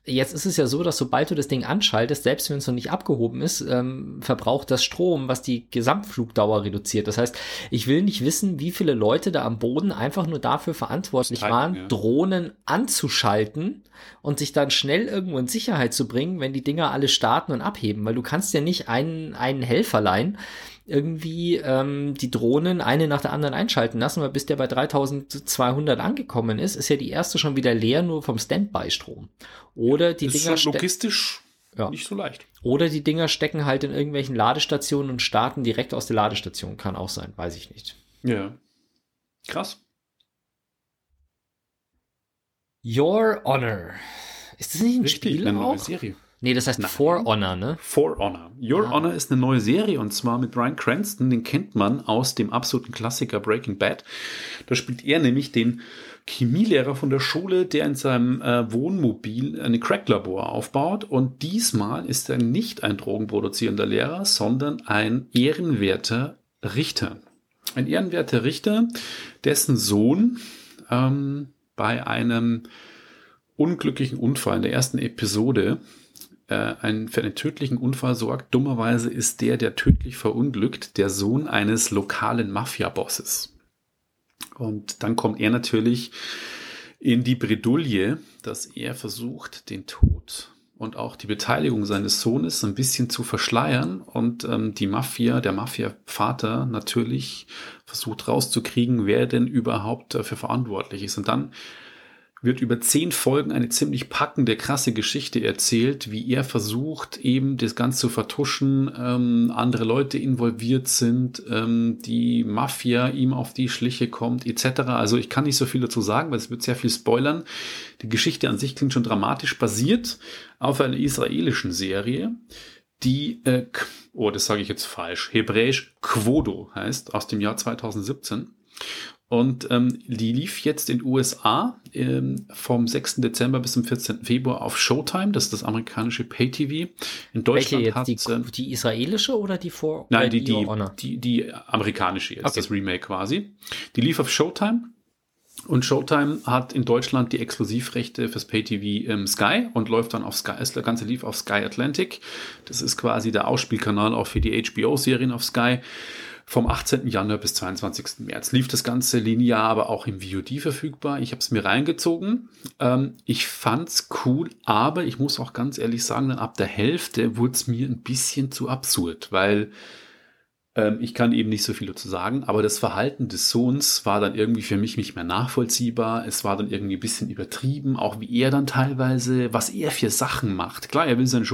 Jetzt ist es ja so, dass sobald du das Ding anschaltest, selbst wenn es noch nicht abgehoben ist, verbraucht das Strom, was die Gesamtflugdauer reduziert. Das heißt, ich will nicht wissen, wie viele Leute da am Boden einfach nur dafür verantwortlich waren, Drohnen anzuschalten und sich dann schnell irgendwo in Sicherheit zu bringen, wenn die Dinger alle starten und abheben. Weil du kannst ja nicht einen Helferlein irgendwie die Drohnen eine nach der anderen einschalten lassen, weil bis der bei 3200 angekommen ist ja die erste schon wieder leer, nur vom Standby-Strom. Oder die
ist
Dinger
schon logistisch nicht so leicht.
Oder die Dinger stecken halt in irgendwelchen Ladestationen und starten direkt aus der Ladestation. Kann auch sein, weiß ich nicht.
Ja. Krass.
Your Honor. Ist das nicht ein Spiel
eine
auch?
neue Serie.
Nee, das heißt For Honor, ne?
For Honor. Your Honor ist eine neue Serie und zwar mit Bryan Cranston. Den kennt man aus dem absoluten Klassiker Breaking Bad. Da spielt er nämlich den Chemielehrer von der Schule, der in seinem Wohnmobil eine Crack-Labor aufbaut. Und diesmal ist er nicht ein drogenproduzierender Lehrer, sondern ein ehrenwerter Richter. Ein ehrenwerter Richter, dessen Sohn bei einem unglücklichen Unfall in der ersten Episode für einen tödlichen Unfall sorgt. Dummerweise ist der tödlich verunglückt, der Sohn eines lokalen Mafia-Bosses. Und dann kommt er natürlich in die Bredouille, dass er versucht, den Tod und auch die Beteiligung seines Sohnes ein bisschen zu verschleiern und der Mafia-Vater natürlich versucht rauszukriegen, wer denn überhaupt dafür verantwortlich ist. Und dann wird über 10 Folgen eine ziemlich packende, krasse Geschichte erzählt, wie er versucht, eben das Ganze zu vertuschen, andere Leute involviert sind, die Mafia ihm auf die Schliche kommt, etc. Also ich kann nicht so viel dazu sagen, weil es wird sehr viel spoilern. Die Geschichte an sich klingt schon dramatisch, basiert auf einer israelischen Serie, die, das sage ich jetzt falsch, hebräisch Quodo heißt, aus dem Jahr 2017. Und die lief jetzt in den USA vom 6. Dezember bis zum 14. Februar auf Showtime. Das ist das amerikanische Pay-TV. In Deutschland
welche jetzt? Die israelische oder die For
Nein, die amerikanische jetzt, okay. Das Remake quasi. Die lief auf Showtime. Und Showtime hat in Deutschland die Exklusivrechte fürs Pay-TV Sky und läuft dann auf Sky. Das Ganze lief auf Sky Atlantic. Das ist quasi der Ausspielkanal auch für die HBO-Serien auf Sky. Vom 18. Januar bis 22. März lief das Ganze linear, aber auch im VOD verfügbar. Ich habe es mir reingezogen. Ich fand's cool, aber ich muss auch ganz ehrlich sagen, dann ab der Hälfte wurde es mir ein bisschen zu absurd, weil ich kann eben nicht so viel dazu sagen, aber das Verhalten des Sohns war dann irgendwie für mich nicht mehr nachvollziehbar. Es war dann irgendwie ein bisschen übertrieben, auch wie er dann teilweise, was er für Sachen macht. Klar, er will seinen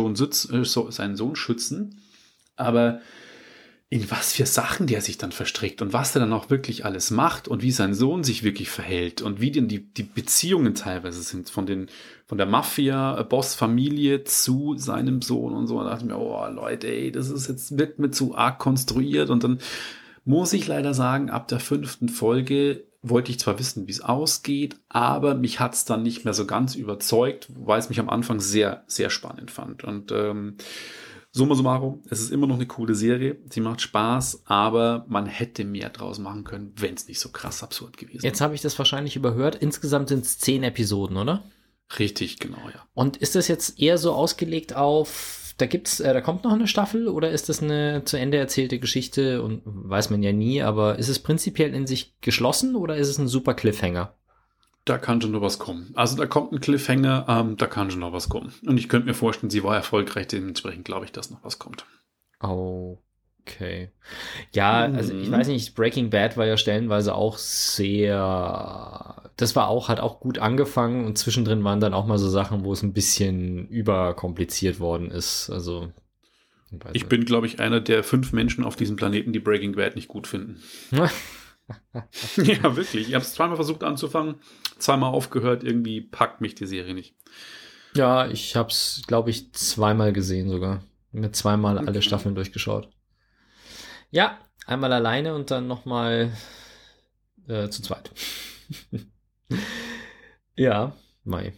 Sohn schützen, aber in was für Sachen der sich dann verstrickt und was er dann auch wirklich alles macht und wie sein Sohn sich wirklich verhält und wie denn die Beziehungen teilweise sind von der Mafia-Boss-Familie zu seinem Sohn und so. Da dachte ich mir, oh Leute, ey, wirkt mir zu arg konstruiert. Und dann muss ich leider sagen, ab der 5. Folge wollte ich zwar wissen, wie es ausgeht, aber mich hat es dann nicht mehr so ganz überzeugt, weil es mich am Anfang sehr, sehr spannend fand. Und summa summarum, es ist immer noch eine coole Serie, sie macht Spaß, aber man hätte mehr draus machen können, wenn es nicht so krass absurd gewesen wäre.
Jetzt habe ich das wahrscheinlich überhört. Insgesamt sind es 10 Episoden, oder?
Richtig, genau, ja.
Und ist das jetzt eher so ausgelegt auf, da kommt noch eine Staffel oder ist das eine zu Ende erzählte Geschichte und weiß man ja nie, aber ist es prinzipiell in sich geschlossen oder ist es ein super Cliffhanger?
Da kann schon noch was kommen. Also da kommt ein Cliffhanger, da kann schon noch was kommen. Und ich könnte mir vorstellen, sie war erfolgreich, dementsprechend glaube ich, dass noch was kommt.
Okay. Ja, also ich weiß nicht, Breaking Bad war ja stellenweise auch hat auch gut angefangen und zwischendrin waren dann auch mal so Sachen, wo es ein bisschen überkompliziert worden ist. Also
ich bin, glaube ich, einer der 5 Menschen auf diesem Planeten, die Breaking Bad nicht gut finden. Ja, wirklich. Ich habe es 2-mal versucht anzufangen, 2-mal aufgehört. Irgendwie packt mich die Serie nicht.
Ja, ich habe es, glaube ich, 2-mal gesehen sogar. Mir 2-mal alle Staffeln durchgeschaut. Ja, einmal alleine und dann nochmal zu zweit. Ja, Mai.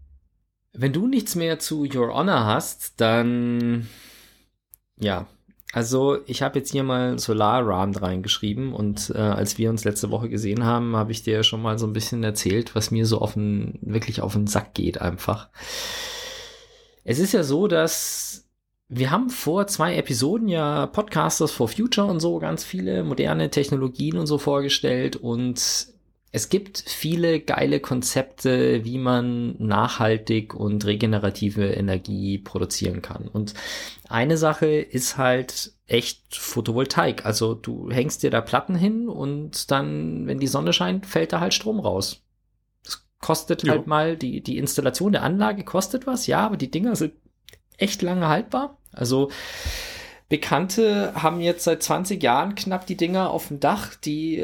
Wenn du nichts mehr zu Your Honor hast, dann ja, Also ich habe jetzt hier mal Solarrahmend reingeschrieben und als wir uns letzte Woche gesehen haben, habe ich dir schon mal so ein bisschen erzählt, was mir so wirklich auf den Sack geht einfach. Es ist ja so, dass wir haben vor 2 Episoden ja Podcasters for Future und so ganz viele moderne Technologien und so vorgestellt und es gibt viele geile Konzepte, wie man nachhaltig und regenerative Energie produzieren kann. Und eine Sache ist halt echt Photovoltaik. Also du hängst dir da Platten hin und dann, wenn die Sonne scheint, fällt da halt Strom raus. Das kostet halt mal, die Installation der Anlage kostet was, ja, aber die Dinger sind echt lange haltbar. Also Bekannte haben jetzt seit 20 Jahren knapp die Dinger auf dem Dach, die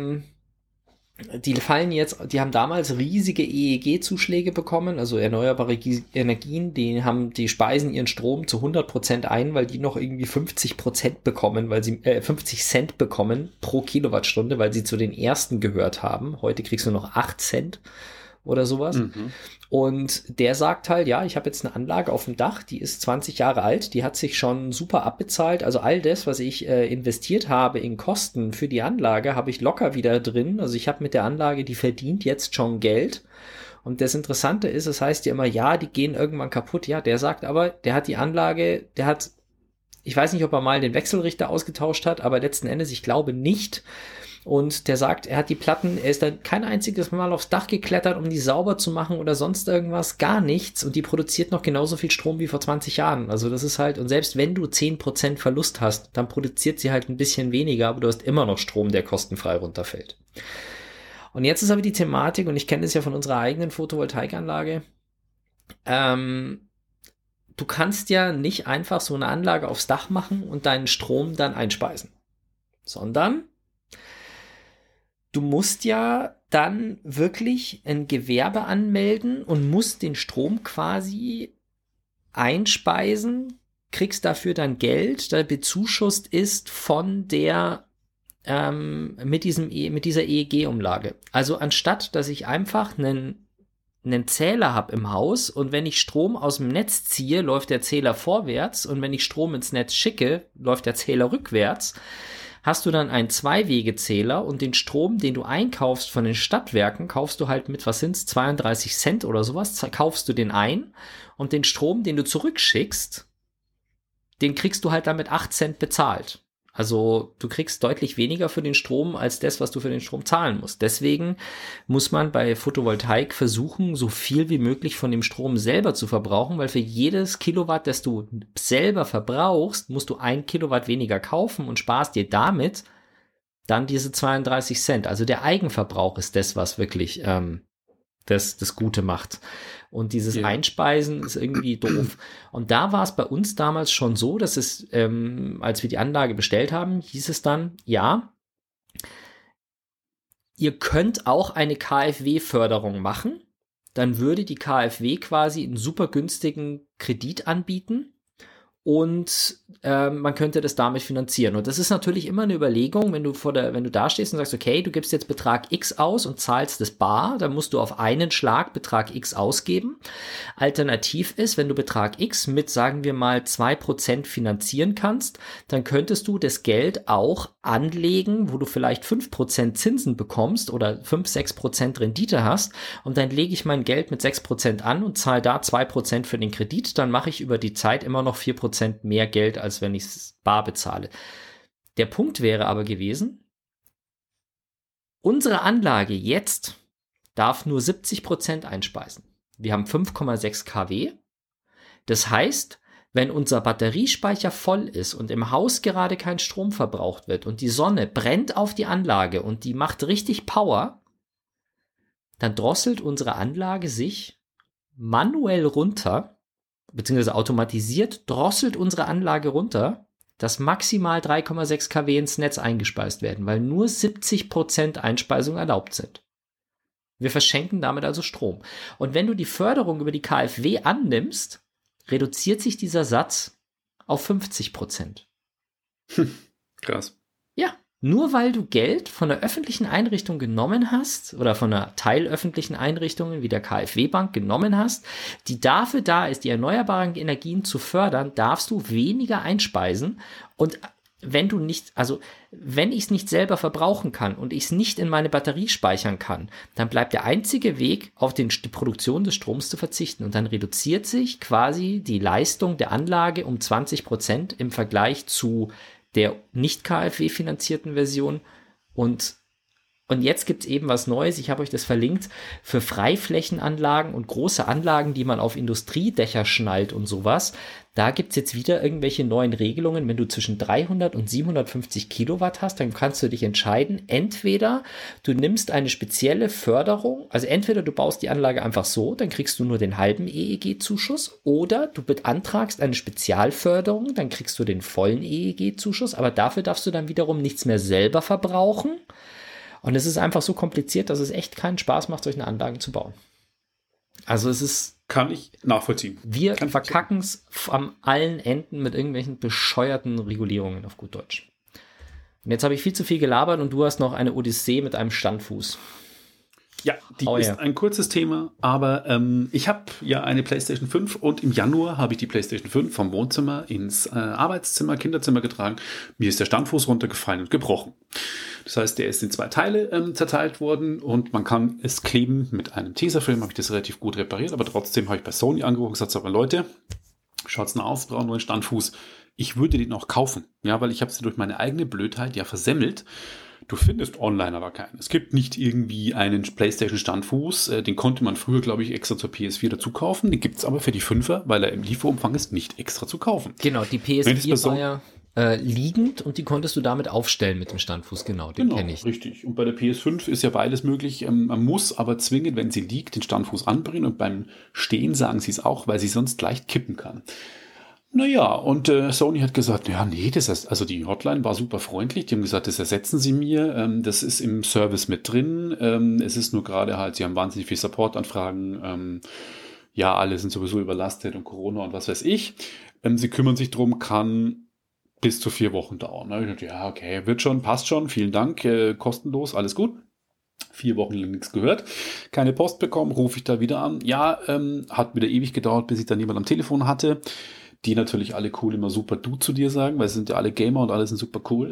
fallen jetzt, die haben damals riesige EEG-Zuschläge bekommen, also erneuerbare Energien, die speisen ihren Strom zu 100% ein, weil die noch irgendwie 50% bekommen, 50 Cent bekommen pro Kilowattstunde, weil sie zu den ersten gehört haben. Heute kriegst du noch 8 Cent oder sowas. Und der sagt halt, ja, ich habe jetzt eine Anlage auf dem Dach, die ist 20 Jahre alt, die hat sich schon super abbezahlt. Also all das, was ich investiert habe in Kosten für die Anlage, habe ich locker wieder drin. Also ich habe mit der Anlage, die verdient jetzt schon Geld. Und das Interessante ist, es heißt ja immer, ja, die gehen irgendwann kaputt. Ja, der sagt aber, der hat die Anlage, ich weiß nicht, ob er mal den Wechselrichter ausgetauscht hat, aber letzten Endes, ich glaube nicht. Und der sagt, er ist dann kein einziges Mal aufs Dach geklettert, um die sauber zu machen oder sonst irgendwas, gar nichts. Und die produziert noch genauso viel Strom wie vor 20 Jahren. Also das ist halt, und selbst wenn du 10% Verlust hast, dann produziert sie halt ein bisschen weniger, aber du hast immer noch Strom, der kostenfrei runterfällt. Und jetzt ist aber die Thematik, und ich kenne das ja von unserer eigenen Photovoltaikanlage, du kannst ja nicht einfach so eine Anlage aufs Dach machen und deinen Strom dann einspeisen, sondern du musst ja dann wirklich ein Gewerbe anmelden und musst den Strom quasi einspeisen, kriegst dafür dann Geld, da bezuschusst ist von der mit dieser EEG-Umlage. Also anstatt, dass ich einfach einen Zähler habe im Haus und wenn ich Strom aus dem Netz ziehe, läuft der Zähler vorwärts und wenn ich Strom ins Netz schicke, läuft der Zähler rückwärts, hast du dann einen Zwei-Wege-Zähler und den Strom, den du einkaufst von den Stadtwerken, kaufst du halt mit, 32 Cent oder sowas, kaufst du den ein und den Strom, den du zurückschickst, den kriegst du halt dann mit 8 Cent bezahlt. Also du kriegst deutlich weniger für den Strom als das, was du für den Strom zahlen musst. Deswegen muss man bei Photovoltaik versuchen, so viel wie möglich von dem Strom selber zu verbrauchen, weil für jedes Kilowatt, das du selber verbrauchst, musst du 1 Kilowatt weniger kaufen und sparst dir damit dann diese 32 Cent. Also der Eigenverbrauch ist das, was wirklich das Gute macht. Und dieses Einspeisen ist irgendwie doof. Und da war es bei uns damals schon so, dass es, als wir die Anlage bestellt haben, hieß es dann, ja, ihr könnt auch eine KfW-Förderung machen. Dann würde die KfW quasi einen super günstigen Kredit anbieten. Und man könnte das damit finanzieren. Und das ist natürlich immer eine Überlegung, wenn du da stehst und sagst, okay, du gibst jetzt Betrag X aus und zahlst das bar, dann musst du auf einen Schlag Betrag X ausgeben. Alternativ ist, wenn du Betrag X mit, sagen wir mal, 2% finanzieren kannst, dann könntest du das Geld auch anlegen, wo du vielleicht 5% Zinsen bekommst oder 5-6% Rendite hast und dann lege ich mein Geld mit 6% an und zahle da 2% für den Kredit, dann mache ich über die Zeit immer noch 4% mehr Geld, als wenn ich es bar bezahle. Der Punkt wäre aber gewesen, unsere Anlage jetzt darf nur 70% einspeisen. Wir haben 5,6 kW. Das heißt, wenn unser Batteriespeicher voll ist und im Haus gerade kein Strom verbraucht wird und die Sonne brennt auf die Anlage und die macht richtig Power, dann drosselt unsere Anlage sich manuell runter, beziehungsweise automatisiert drosselt unsere Anlage runter, dass maximal 3,6 kW ins Netz eingespeist werden, weil nur 70% Einspeisung erlaubt sind. Wir verschenken damit also Strom. Und wenn du die Förderung über die KfW annimmst, reduziert sich dieser Satz auf 50%.
Krass.
Ja, Nur weil du Geld von einer öffentlichen Einrichtung genommen hast oder von einer teilöffentlichen Einrichtung wie der KfW-Bank genommen hast, die dafür da ist, die erneuerbaren Energien zu fördern, darfst du weniger einspeisen. Und wenn ich es nicht selber verbrauchen kann und ich es nicht in meine Batterie speichern kann, dann bleibt der einzige Weg, auf die Produktion des Stroms zu verzichten. Und dann reduziert sich quasi die Leistung der Anlage um 20% im Vergleich zu der nicht KfW-finanzierten Version. Und jetzt gibt es eben was Neues, ich habe euch das verlinkt, für Freiflächenanlagen und große Anlagen, die man auf Industriedächer schnallt und sowas. Da gibt es jetzt wieder irgendwelche neuen Regelungen. Wenn du zwischen 300 und 750 Kilowatt hast, dann kannst du dich entscheiden, entweder du nimmst eine spezielle Förderung, also entweder du baust die Anlage einfach so, dann kriegst du nur den halben EEG-Zuschuss, oder du beantragst eine Spezialförderung, dann kriegst du den vollen EEG-Zuschuss, aber dafür darfst du dann wiederum nichts mehr selber verbrauchen. Und es ist einfach so kompliziert, dass es echt keinen Spaß macht, solche Anlagen zu bauen. Also es ist...
Kann ich nachvollziehen.
Wir verkacken es an allen Enden mit irgendwelchen bescheuerten Regulierungen auf gut Deutsch. Und jetzt habe ich viel zu viel gelabert und du hast noch eine Odyssee mit einem Standfuß.
Ja, die ist ein kurzes Thema, aber ich habe ja eine PlayStation 5 und im Januar habe ich die PlayStation 5 vom Wohnzimmer ins Arbeitszimmer, Kinderzimmer getragen. Mir ist der Standfuß runtergefallen und gebrochen. Das heißt, der ist in 2 Teile zerteilt worden und man kann es kleben mit einem Tesafilm, habe ich das relativ gut repariert, aber trotzdem habe ich bei Sony angerufen und gesagt, aber Leute, schaut's mal aus, brauchen nur einen Standfuß. Ich würde den auch kaufen, ja, weil ich habe sie durch meine eigene Blödheit ja versemmelt. Du findest online aber keinen. Es gibt nicht irgendwie einen PlayStation-Standfuß. Den konnte man früher, glaube ich, extra zur PS4 dazu kaufen. Den gibt es aber für die 5er, weil er im Lieferumfang ist, nicht extra zu kaufen.
Genau, die PS4 war ja liegend und die konntest du damit aufstellen mit dem Standfuß. Genau, den kenne ich.
Richtig. Und bei der PS5 ist ja beides möglich. Man muss aber zwingend, wenn sie liegt, den Standfuß anbringen. Und beim Stehen sagen sie es auch, weil sie sonst leicht kippen kann. Naja, und Sony hat gesagt, ja, nee, also die Hotline war super freundlich. Die haben gesagt, das ersetzen sie mir. Das ist im Service mit drin. Es ist nur gerade halt, sie haben wahnsinnig viel Supportanfragen. Ja, alle sind sowieso überlastet und Corona und was weiß ich. Sie kümmern sich drum, kann bis zu 4 Wochen dauern. Ich dachte, ja, okay, wird schon, passt schon. Vielen Dank, kostenlos, alles gut. 4 Wochen lang nichts gehört, keine Post bekommen, rufe ich da wieder an. Ja, hat wieder ewig gedauert, bis ich dann jemand am Telefon hatte. Die natürlich alle cool immer super du zu dir sagen, weil sie sind ja alle Gamer und alle sind super cool.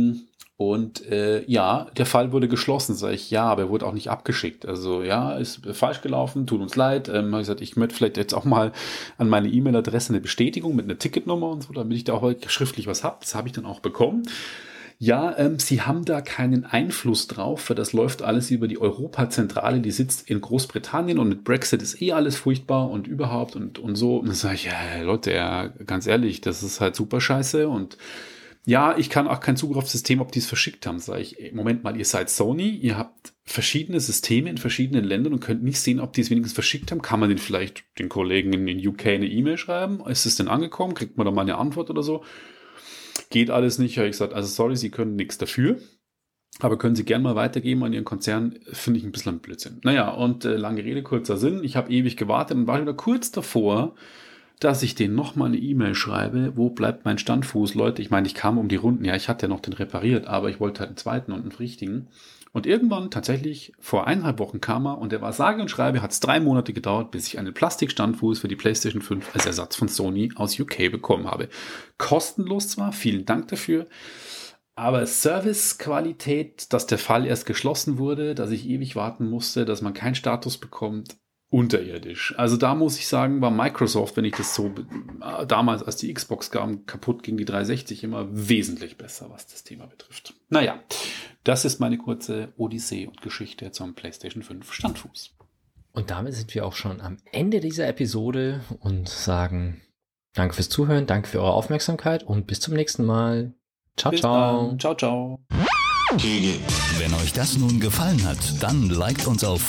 Ja, der Fall wurde geschlossen. Sag ich, ja, aber er wurde auch nicht abgeschickt. Also ja, ist falsch gelaufen, tut uns leid. Habe ich gesagt, ich möchte vielleicht jetzt auch mal an meine E-Mail-Adresse eine Bestätigung mit einer Ticketnummer und so, damit ich da auch schriftlich was habe. Das habe ich dann auch bekommen. Ja, sie haben da keinen Einfluss drauf, weil das läuft alles über die Europazentrale, die sitzt in Großbritannien und mit Brexit ist alles furchtbar und überhaupt und so. Und dann sage ich, ja, Leute, ja, ganz ehrlich, das ist halt super scheiße und ja, ich kann auch keinen Zugriff auf das System, ob die es verschickt haben. Sage ich, Moment mal, ihr seid Sony, ihr habt verschiedene Systeme in verschiedenen Ländern und könnt nicht sehen, ob die es wenigstens verschickt haben. Kann man den vielleicht den Kollegen in UK eine E-Mail schreiben? Ist es denn angekommen? Kriegt man da mal eine Antwort oder so? Geht alles nicht, habe ich gesagt, also sorry, Sie können nichts dafür, aber können Sie gerne mal weitergeben an Ihren Konzern, finde ich ein bisschen Blödsinn. Naja, und lange Rede, kurzer Sinn, ich habe ewig gewartet und war wieder kurz davor, dass ich denen nochmal eine E-Mail schreibe, wo bleibt mein Standfuß, Leute, ich meine, ich kam um die Runden, ja, ich hatte ja noch den repariert, aber ich wollte halt einen zweiten und einen richtigen. Und irgendwann tatsächlich vor 1,5 Wochen kam er und der war sage und schreibe, hat es 3 Monate gedauert, bis ich einen Plastikstandfuß für die PlayStation 5 als Ersatz von Sony aus UK bekommen habe. Kostenlos zwar, vielen Dank dafür, aber Servicequalität, dass der Fall erst geschlossen wurde, dass ich ewig warten musste, dass man keinen Status bekommt, unterirdisch. Also da muss ich sagen, war Microsoft, wenn ich das so damals, als die Xbox kam, kaputt ging die 360 immer wesentlich besser, was das Thema betrifft. Naja, das ist meine kurze Odyssee und Geschichte zum PlayStation 5 Standfuß.
Und damit sind wir auch schon am Ende dieser Episode und sagen danke fürs Zuhören, danke für eure Aufmerksamkeit und bis zum nächsten Mal. Ciao,
bis
ciao.
Dann. Ciao, ciao.
Wenn euch das nun gefallen hat, dann liked uns auf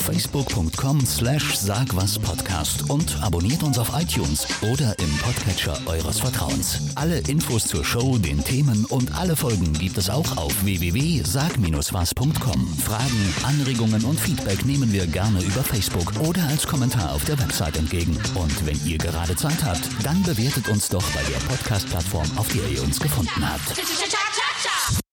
facebook.com/sagwaspodcast und abonniert uns auf iTunes oder im Podcatcher eures Vertrauens. Alle Infos zur Show, den Themen und alle Folgen gibt es auch auf www.sag-was.com. Fragen, Anregungen und Feedback nehmen wir gerne über Facebook oder als Kommentar auf der Website entgegen. Und wenn ihr gerade Zeit habt, dann bewertet uns doch bei der Podcast-Plattform, auf der ihr uns gefunden habt.